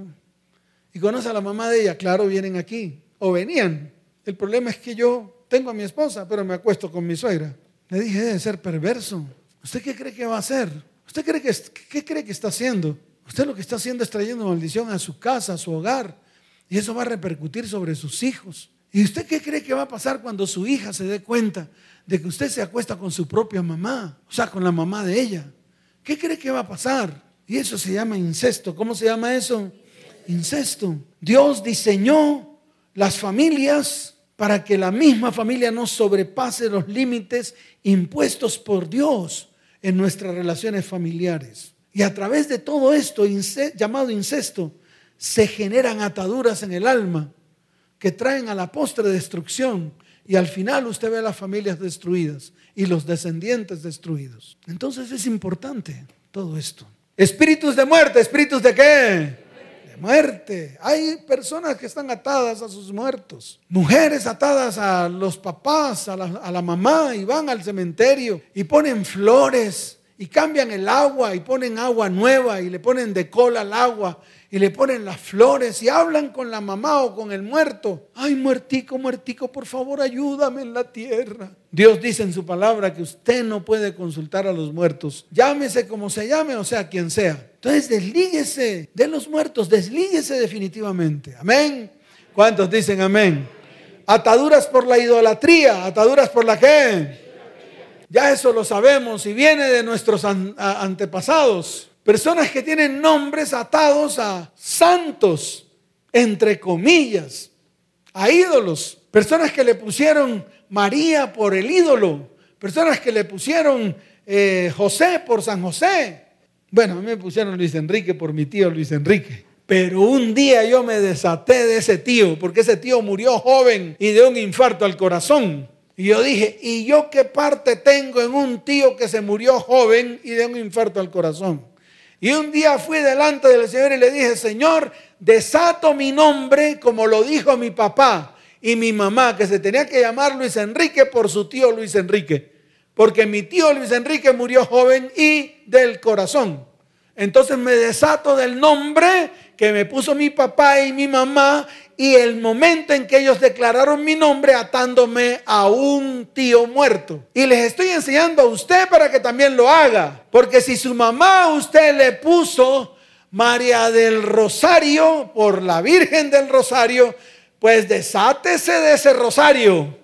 ¿Y conoce a la mamá de ella? Claro, vienen aquí. O venían. El problema es que yo tengo a mi esposa, pero me acuesto con mi suegra. Le dije: debe ser perverso. ¿Usted qué cree que va a hacer? ¿Usted cree que, qué cree que está haciendo? Usted lo que está haciendo es trayendo maldición a su casa, a su hogar. Y eso va a repercutir sobre sus hijos. ¿Y usted qué cree que va a pasar cuando su hija se dé cuenta de que usted se acuesta con su propia mamá? O sea, con la mamá de ella. ¿Qué cree que va a pasar? Y eso se llama incesto. ¿Cómo se llama eso? Incesto. Dios diseñó las familias para que la misma familia no sobrepase los límites impuestos por Dios en nuestras relaciones familiares. Y a través de todo esto llamado incesto, se generan ataduras en el alma que traen a la postre destrucción. Y al final usted ve a las familias destruidas y los descendientes destruidos. Entonces es importante todo esto. Espíritus de muerte, ¿espíritus de qué? De muerte. Hay personas que están atadas a sus muertos. Mujeres atadas a los papás, a la, a la mamá, y van al cementerio y ponen flores. Y cambian el agua y ponen agua nueva y le ponen de cola al agua y le ponen las flores y hablan con la mamá o con el muerto. Ay, muertico, muertico, por favor ayúdame en la tierra. Dios dice en su palabra que usted no puede consultar a los muertos. Llámese como se llame, o sea, quien sea. Entonces deslíguese de los muertos, deslíguese definitivamente. Amén. ¿Cuántos dicen amén? Ataduras por la idolatría, ataduras por la qué. Ya eso lo sabemos y viene de nuestros antepasados. Personas que tienen nombres atados a santos, entre comillas, a ídolos. Personas que le pusieron María por el ídolo. Personas que le pusieron eh, José por San José. Bueno, a mí me pusieron Luis Enrique por mi tío Luis Enrique. Pero un día yo me desaté de ese tío, porque ese tío murió joven y de un infarto al corazón. Y yo dije: ¿y yo qué parte tengo en un tío que se murió joven y de un infarto al corazón? Y un día fui delante del Señor y le dije: Señor, desato mi nombre como lo dijo mi papá y mi mamá, que se tenía que llamar Luis Enrique por su tío Luis Enrique. Porque mi tío Luis Enrique murió joven y del corazón. Entonces me desato del nombre que me puso mi papá y mi mamá, y el momento en que ellos declararon mi nombre atándome a un tío muerto. Y les estoy enseñando a usted para que también lo haga. Porque si su mamá a usted le puso María del Rosario, por la Virgen del Rosario, pues desátese de ese rosario,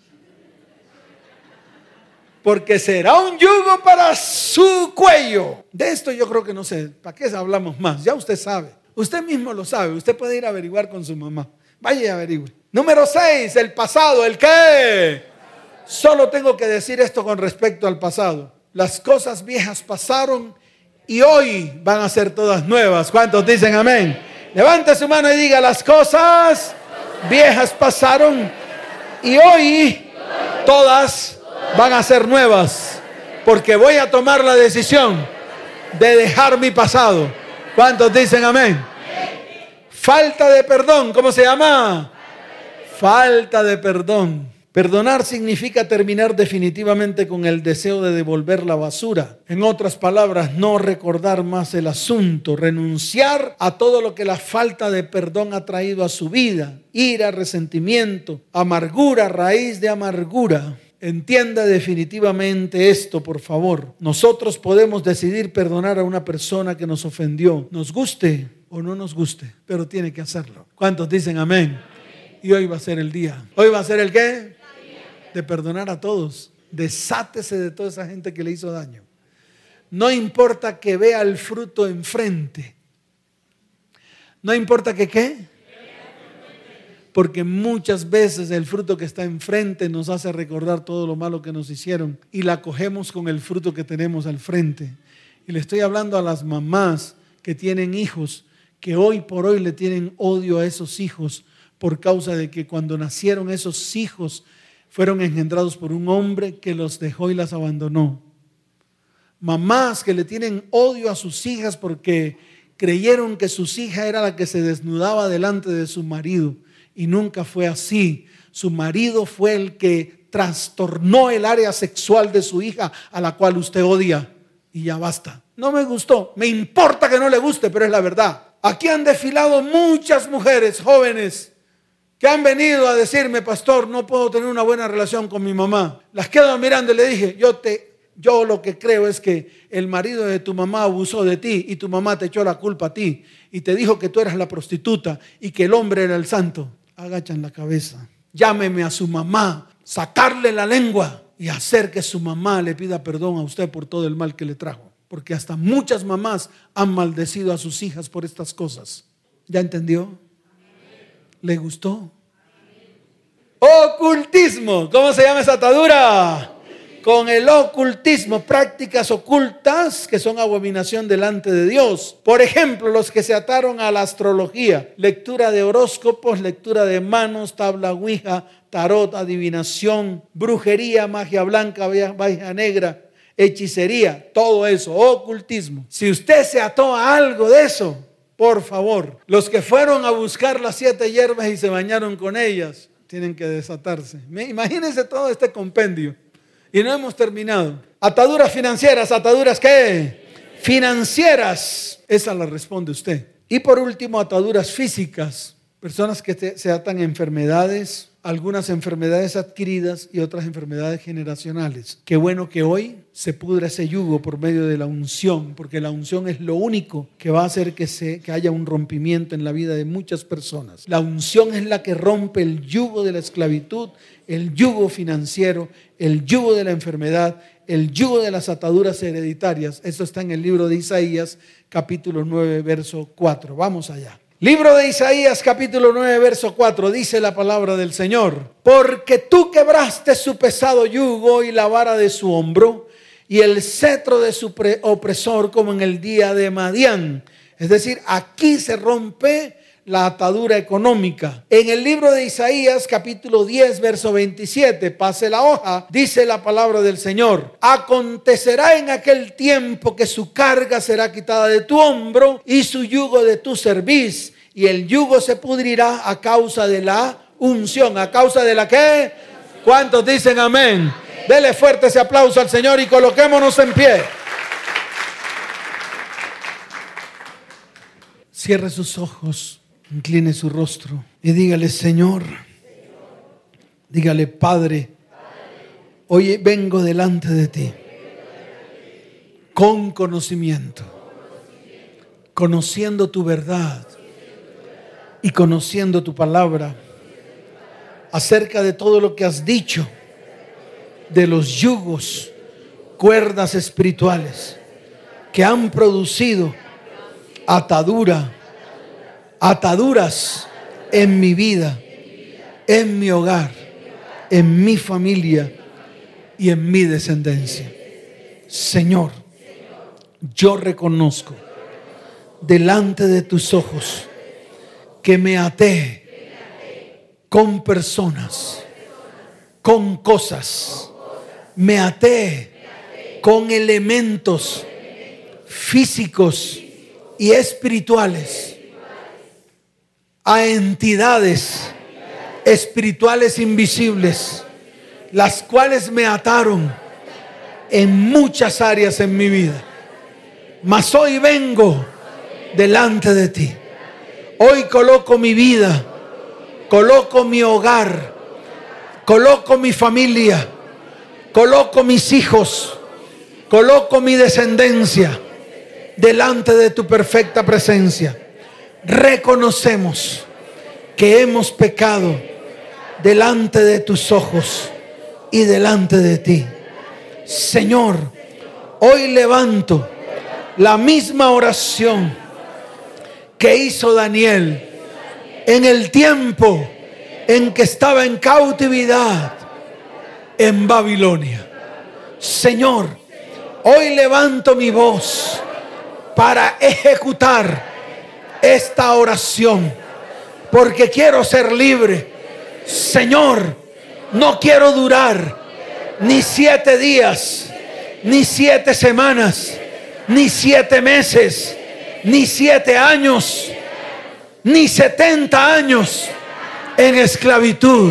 porque será un yugo para su cuello. De esto yo creo que no sé, ¿para qué hablamos más? Ya usted sabe, usted mismo lo sabe, usted puede ir a averiguar con su mamá. Vaya y averigüe. Número seis, el pasado, ¿el qué? Solo tengo que decir esto con respecto al pasado. Las cosas viejas pasaron y hoy van a ser todas nuevas. ¿Cuántos dicen amén? Levante su mano y diga: las cosas viejas pasaron y hoy todas van a ser nuevas, porque voy a tomar la decisión de dejar mi pasado. ¿Cuántos dicen amén? Falta de perdón, ¿cómo se llama? Falta de perdón. Perdonar significa terminar definitivamente con el deseo de devolver la basura. En otras palabras, no recordar más el asunto, renunciar a todo lo que la falta de perdón ha traído a su vida: ira, resentimiento, amargura, raíz de amargura. Entienda definitivamente esto, por favor. Nosotros podemos decidir perdonar a una persona que nos ofendió, nos guste o no nos guste, pero tiene que hacerlo. ¿Cuántos dicen amén? Y hoy va a ser el día. ¿Hoy va a ser el qué? De perdonar a todos. Desátese de toda esa gente que le hizo daño. No importa que vea el fruto enfrente. No importa que qué. Porque muchas veces el fruto que está enfrente nos hace recordar todo lo malo que nos hicieron y la cogemos con el fruto que tenemos al frente. Y le estoy hablando a las mamás que tienen hijos, que hoy por hoy le tienen odio a esos hijos por causa de que cuando nacieron esos hijos fueron engendrados por un hombre que los dejó y las abandonó. Mamás que le tienen odio a sus hijas porque creyeron que su hija era la que se desnudaba delante de su marido, y nunca fue así. Su marido fue el que trastornó el área sexual de su hija, a la cual usted odia, y ya basta. No me gustó, me importa que no le guste, pero es la verdad. Aquí han desfilado muchas mujeres jóvenes que han venido a decirme: pastor, no puedo tener una buena relación con mi mamá. Las quedo mirando y le dije: yo te, yo lo que creo es que el marido de tu mamá abusó de ti y tu mamá te echó la culpa a ti y te dijo que tú eras la prostituta y que el hombre era el santo. Agachan la cabeza. Llámeme a su mamá, sacarle la lengua y hacer que su mamá le pida perdón a usted por todo el mal que le trajo. Porque hasta muchas mamás han maldecido a sus hijas por estas cosas. ¿Ya entendió? ¿Le gustó? Ocultismo. ¿Cómo se llama esa atadura? Con el ocultismo, prácticas ocultas que son abominación delante de Dios. Por ejemplo, los que se ataron a la astrología, lectura de horóscopos, lectura de manos, tabla ouija, tarot, adivinación, brujería, magia blanca, magia negra, hechicería, todo eso, ocultismo. Si usted se ató a algo de eso, por favor, los que fueron a buscar las siete hierbas y se bañaron con ellas, tienen que desatarse. Imagínense todo este compendio. Y no hemos terminado. Ataduras financieras. ¿Ataduras qué? Financieras. Esa la responde usted. Y por último, ataduras físicas. Personas que te, se atan a enfermedades, algunas enfermedades adquiridas y otras enfermedades generacionales. Qué bueno que hoy se pudra ese yugo por medio de la unción, porque la unción es lo único que va a hacer que, se, que haya un rompimiento en la vida de muchas personas. La unción es la que rompe el yugo de la esclavitud, el yugo financiero, el yugo de la enfermedad, el yugo de las ataduras hereditarias. Eso está en el libro de Isaías, capítulo nueve, verso cuatro. Vamos allá. Libro de Isaías, capítulo nueve, verso cuatro, dice la palabra del Señor: porque tú quebraste su pesado yugo y la vara de su hombro y el cetro de su opresor, como en el día de Madián. Es decir, aquí se rompe la atadura económica. En el libro de Isaías, capítulo diez, verso veintisiete, pase la hoja, dice la palabra del Señor: acontecerá en aquel tiempo que su carga será quitada de tu hombro y su yugo de tu cerviz, y el yugo se pudrirá a causa de la unción. ¿A causa de la qué? ¿Cuántos dicen amén? Dele fuerte ese aplauso al Señor y coloquémonos en pie. Cierre sus ojos, incline su rostro y dígale: Señor, dígale: Padre, hoy vengo delante de ti con conocimiento conociendo tu verdad y conociendo tu palabra acerca de todo lo que has dicho, de los yugos, cuerdas espirituales que han producido atadura, ataduras en mi vida, en mi hogar, en mi familia y en mi descendencia. Señor, yo reconozco delante de tus ojos que me até con personas, con cosas, me até con elementos físicos y espirituales a entidades espirituales invisibles, las cuales me ataron en muchas áreas en mi vida. Mas hoy vengo delante de ti. Hoy coloco mi vida, coloco mi hogar, coloco mi familia, coloco mis hijos, coloco mi descendencia delante de tu perfecta presencia. Reconocemos que hemos pecado delante de tus ojos y delante de ti. Señor, hoy levanto la misma oración que hizo Daniel en el tiempo en que estaba en cautividad en Babilonia. Señor, hoy levanto mi voz para ejecutar esta oración, porque quiero ser libre. Señor, no quiero durar ni siete días, ni siete semanas, ni siete meses, ni siete años, ni setenta años en esclavitud.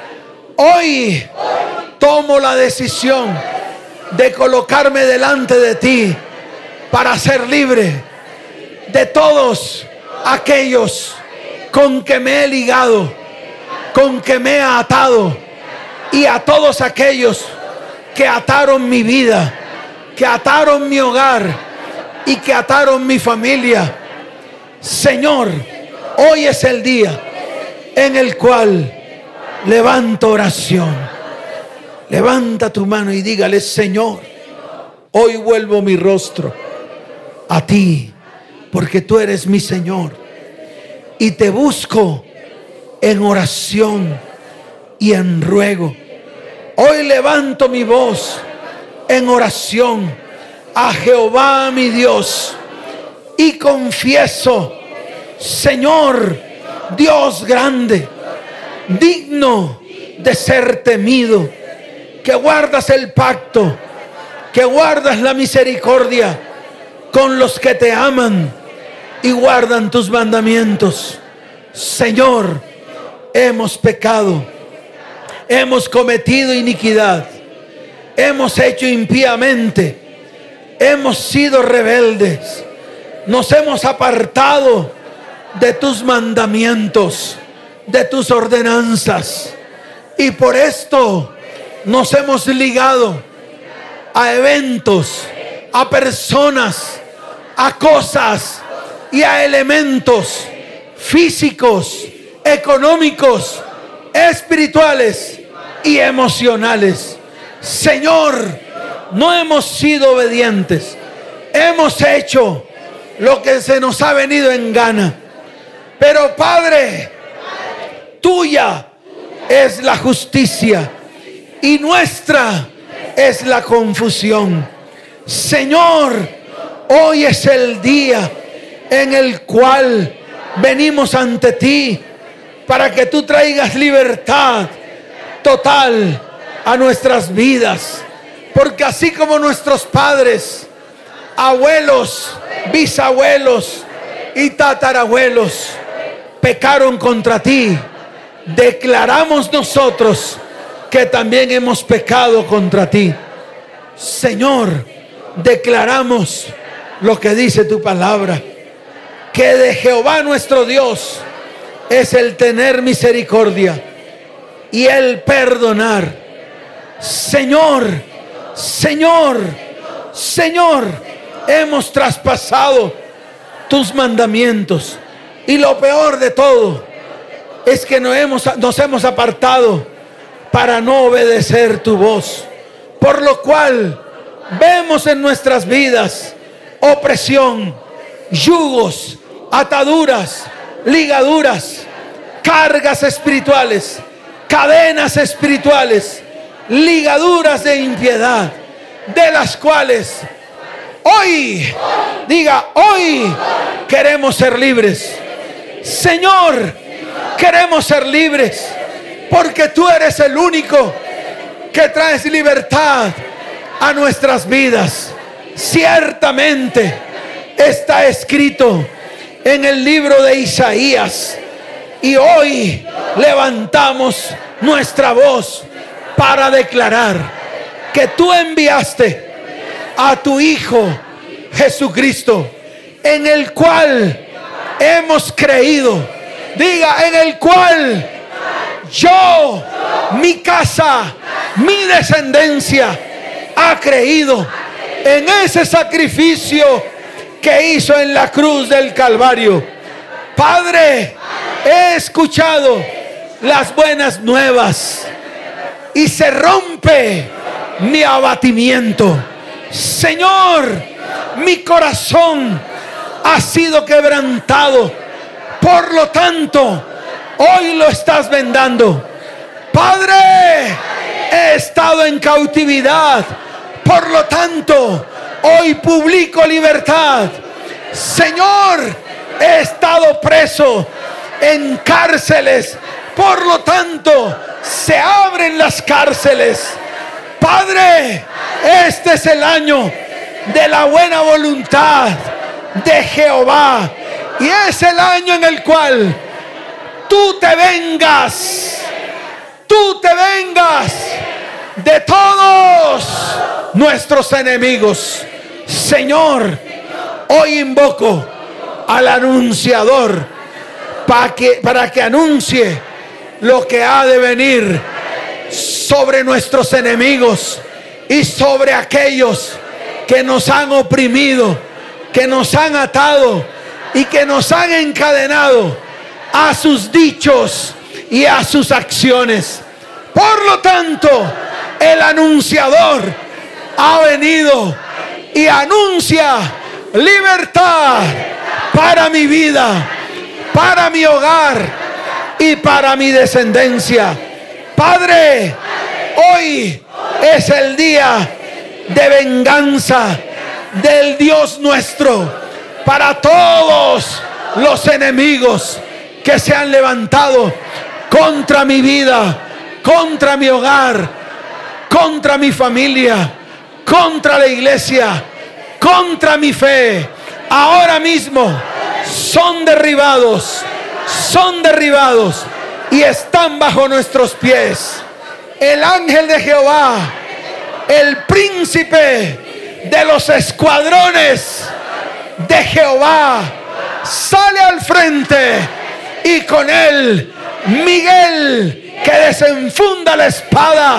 Hoy tomo la decisión de colocarme delante de ti para ser libre de todos aquellos con que me he ligado, con que me he atado, y a todos aquellos que ataron mi vida, que ataron mi hogar y que ataron mi familia. Señor, hoy es el día en el cual levanto oración. Levanta tu mano y dígale: Señor, hoy vuelvo mi rostro a ti, porque tú eres mi Señor, y te busco en oración y en ruego. Hoy levanto mi voz en oración a Jehová mi Dios y confieso: Señor, Dios grande, digno de ser temido, que guardas el pacto, que guardas la misericordia con los que te aman y guardan tus mandamientos. Señor, hemos pecado, hemos cometido iniquidad, hemos hecho impíamente, hemos sido rebeldes, nos hemos apartado de tus mandamientos, de tus ordenanzas, y por esto nos hemos ligado a eventos, a personas, a cosas y a elementos físicos, económicos, espirituales y emocionales. Señor, no hemos sido obedientes, hemos hecho lo que se nos ha venido en gana. Pero Padre, tuya es la justicia y nuestra es la confusión. Señor, hoy es el día en el cual venimos ante ti para que tú traigas libertad total a nuestras vidas. Porque así como nuestros padres, abuelos, bisabuelos y tatarabuelos pecaron contra ti, declaramos nosotros que también hemos pecado contra ti. Señor, declaramos lo que dice tu palabra, que de Jehová nuestro Dios es el tener misericordia y el perdonar. Señor, Señor, Señor, hemos traspasado tus mandamientos. Y lo peor de todo es que nos hemos, nos hemos apartado para no obedecer tu voz. Por lo cual vemos en nuestras vidas opresión, yugos, ataduras, ligaduras, cargas espirituales, cadenas espirituales, ligaduras de impiedad, de las cuales hoy, diga, hoy queremos ser libres. Señor, queremos ser libres, porque tú eres el único que traes libertad a nuestras vidas. Ciertamente está escrito en el libro de Isaías, y hoy levantamos nuestra voz para declarar que tú enviaste a tu Hijo Jesucristo, en el cual hemos creído. Diga, en el cual yo, mi casa, mi descendencia ha creído en ese sacrificio que hizo en la cruz del Calvario. Padre, he escuchado las buenas nuevas y se rompe mi abatimiento. Señor, mi corazón ha sido quebrantado, por lo tanto hoy lo estás vendando. Padre, he estado en cautividad, por lo tanto hoy publico libertad. Señor, he estado preso en cárceles, por lo tanto se abren las cárceles. Padre, este es el año de la buena voluntad de Jehová, y es el año en el cual tú te vengas, tú te vengas de todos nuestros enemigos. Señor, hoy invoco al anunciador para que, para que anuncie lo que ha de venir sobre nuestros enemigos y sobre aquellos que nos han oprimido, que nos han atado y que nos han encadenado a sus dichos y a sus acciones. Por lo tanto, el anunciador ha venido y anuncia libertad para mi vida, para mi hogar y para mi descendencia. Padre, hoy es el día de venganza del Dios nuestro para todos los enemigos que se han levantado contra mi vida, contra mi hogar, contra mi familia, contra la iglesia, contra mi fe. Ahora mismo son derribados, son derribados y están bajo nuestros pies. El ángel de Jehová, el príncipe de los escuadrones de Jehová, sale al frente, y con él Miguel, que desenfunda la espada,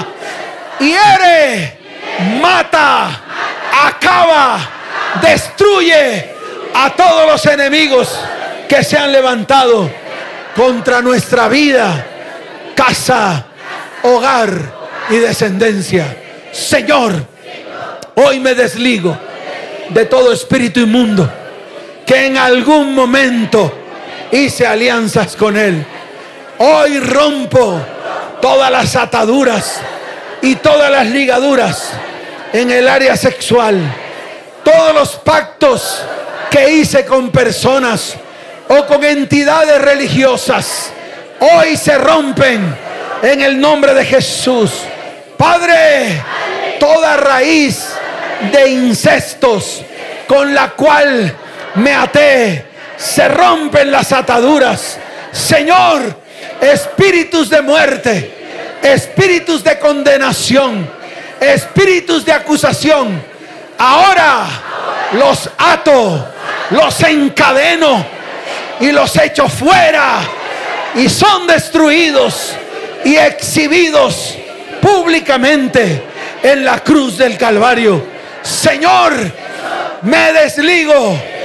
hiere, mata, acaba, destruye a todos los enemigos que se han levantado contra nuestra vida, casa, hogar y descendencia. Señor, hoy me desligo de todo espíritu inmundo que en algún momento hice alianzas con él. Hoy rompo todas las ataduras y todas las ligaduras en el área sexual. Todos los pactos que hice con personas o con entidades religiosas, hoy se rompen en el nombre de Jesús. Padre, toda raíz de incestos con la cual me até, se rompen las ataduras. Señor, espíritus de muerte, espíritus de condenación, espíritus de acusación, ahora los ato, los encadeno y los echo fuera, y son destruidos y exhibidos públicamente en la cruz del Calvario. Señor, me desligo de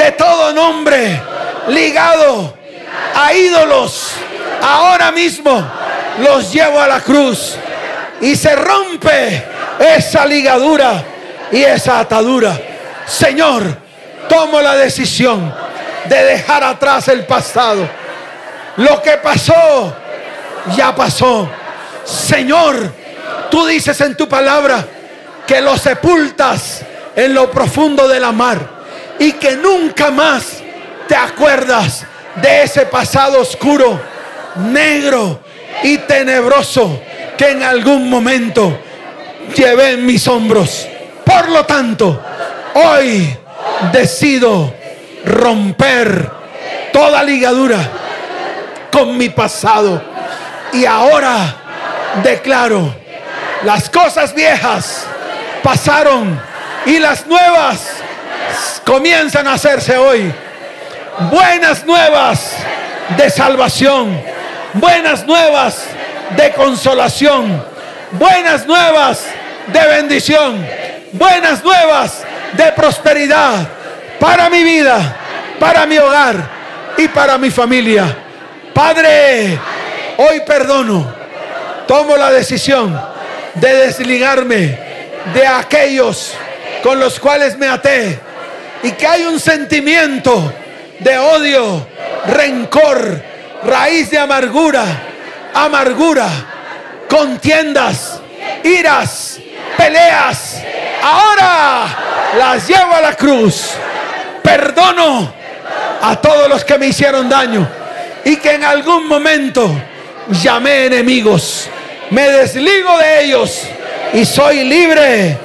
de todo nombre ligado a ídolos, ahora mismo los llevo a la cruz y se rompe esa ligadura y esa atadura. Señor, tomo la decisión de dejar atrás el pasado. Lo que pasó, ya pasó. Señor, tú dices en tu palabra que lo sepultas en lo profundo de la mar y que nunca más te acuerdas de ese pasado oscuro, negro y tenebroso que en algún momento llevé en mis hombros. Por lo tanto, hoy decido romper toda ligadura con mi pasado y ahora declaro: las cosas viejas pasaron y las nuevas comienzan a hacerse hoy. Buenas nuevas de salvación, buenas nuevas de consolación, buenas nuevas de bendición, buenas nuevas de prosperidad para mi vida, para mi hogar y para mi familia. Padre, hoy perdono, tomo la decisión de desligarme de aquellos con los cuales me até y que hay un sentimiento de odio, rencor, raíz de amargura, amargura, contiendas, iras, peleas. Ahora las llevo a la cruz. Perdono a todos los que me hicieron daño y que en algún momento llamé enemigos. Me desligo de ellos y soy libre,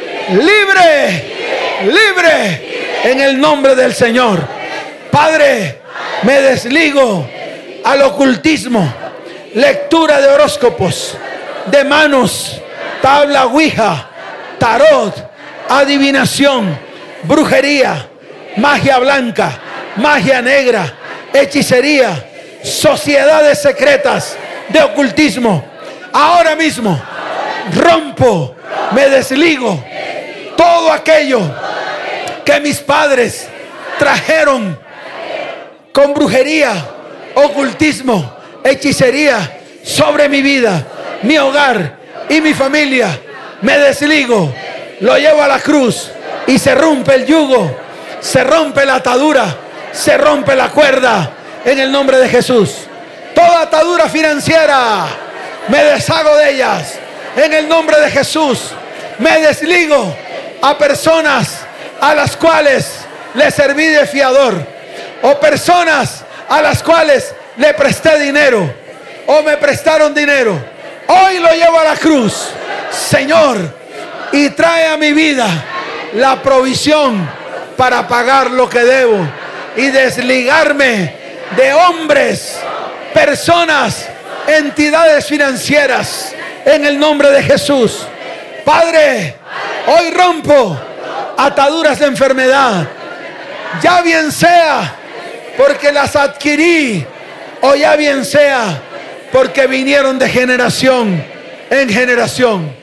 libre, libre en el nombre del Señor. Padre, me desligo al ocultismo, lectura de horóscopos, de manos, tabla ouija, tarot, adivinación, brujería, magia blanca, magia negra, hechicería, sociedades secretas de ocultismo. Ahora mismo rompo, me desligo todo aquello que mis padres trajeron con brujería, ocultismo, hechicería sobre mi vida, mi hogar y mi familia. Me desligo, lo llevo a la cruz y se rompe el yugo, se rompe la atadura, se rompe la cuerda en el nombre de Jesús. Toda atadura financiera, me deshago de ellas en el nombre de Jesús. Me desligo a personas a las cuales le serví de fiador, o personas a las cuales le presté dinero o me prestaron dinero. Hoy lo llevo a la cruz, Señor, y trae a mi vida la provisión para pagar lo que debo y desligarme de hombres, personas, entidades financieras en el nombre de Jesús. Padre, hoy rompo ataduras de enfermedad, ya bien sea porque las adquirí o ya bien sea porque vinieron de generación en generación.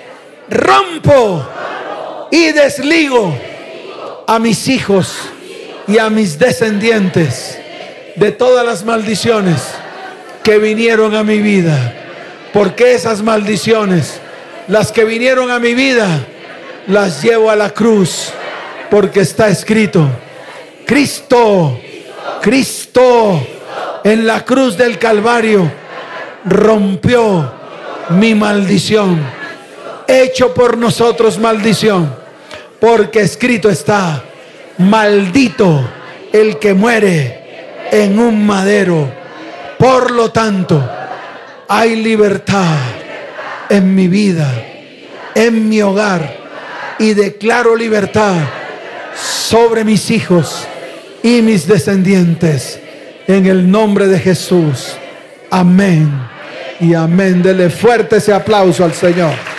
Rompo y desligo a mis hijos y a mis descendientes de todas las maldiciones que vinieron a mi vida, porque esas maldiciones, las que vinieron a mi vida, las llevo a la cruz, porque está escrito: Cristo, Cristo en la cruz del Calvario rompió mi maldición, hecho por nosotros maldición, porque escrito está: maldito el que muere en un madero. Por lo tanto, hay libertad en mi vida, en mi hogar, y declaro libertad sobre mis hijos y mis descendientes en el nombre de Jesús. Amén y amén. Dele fuerte ese aplauso al Señor.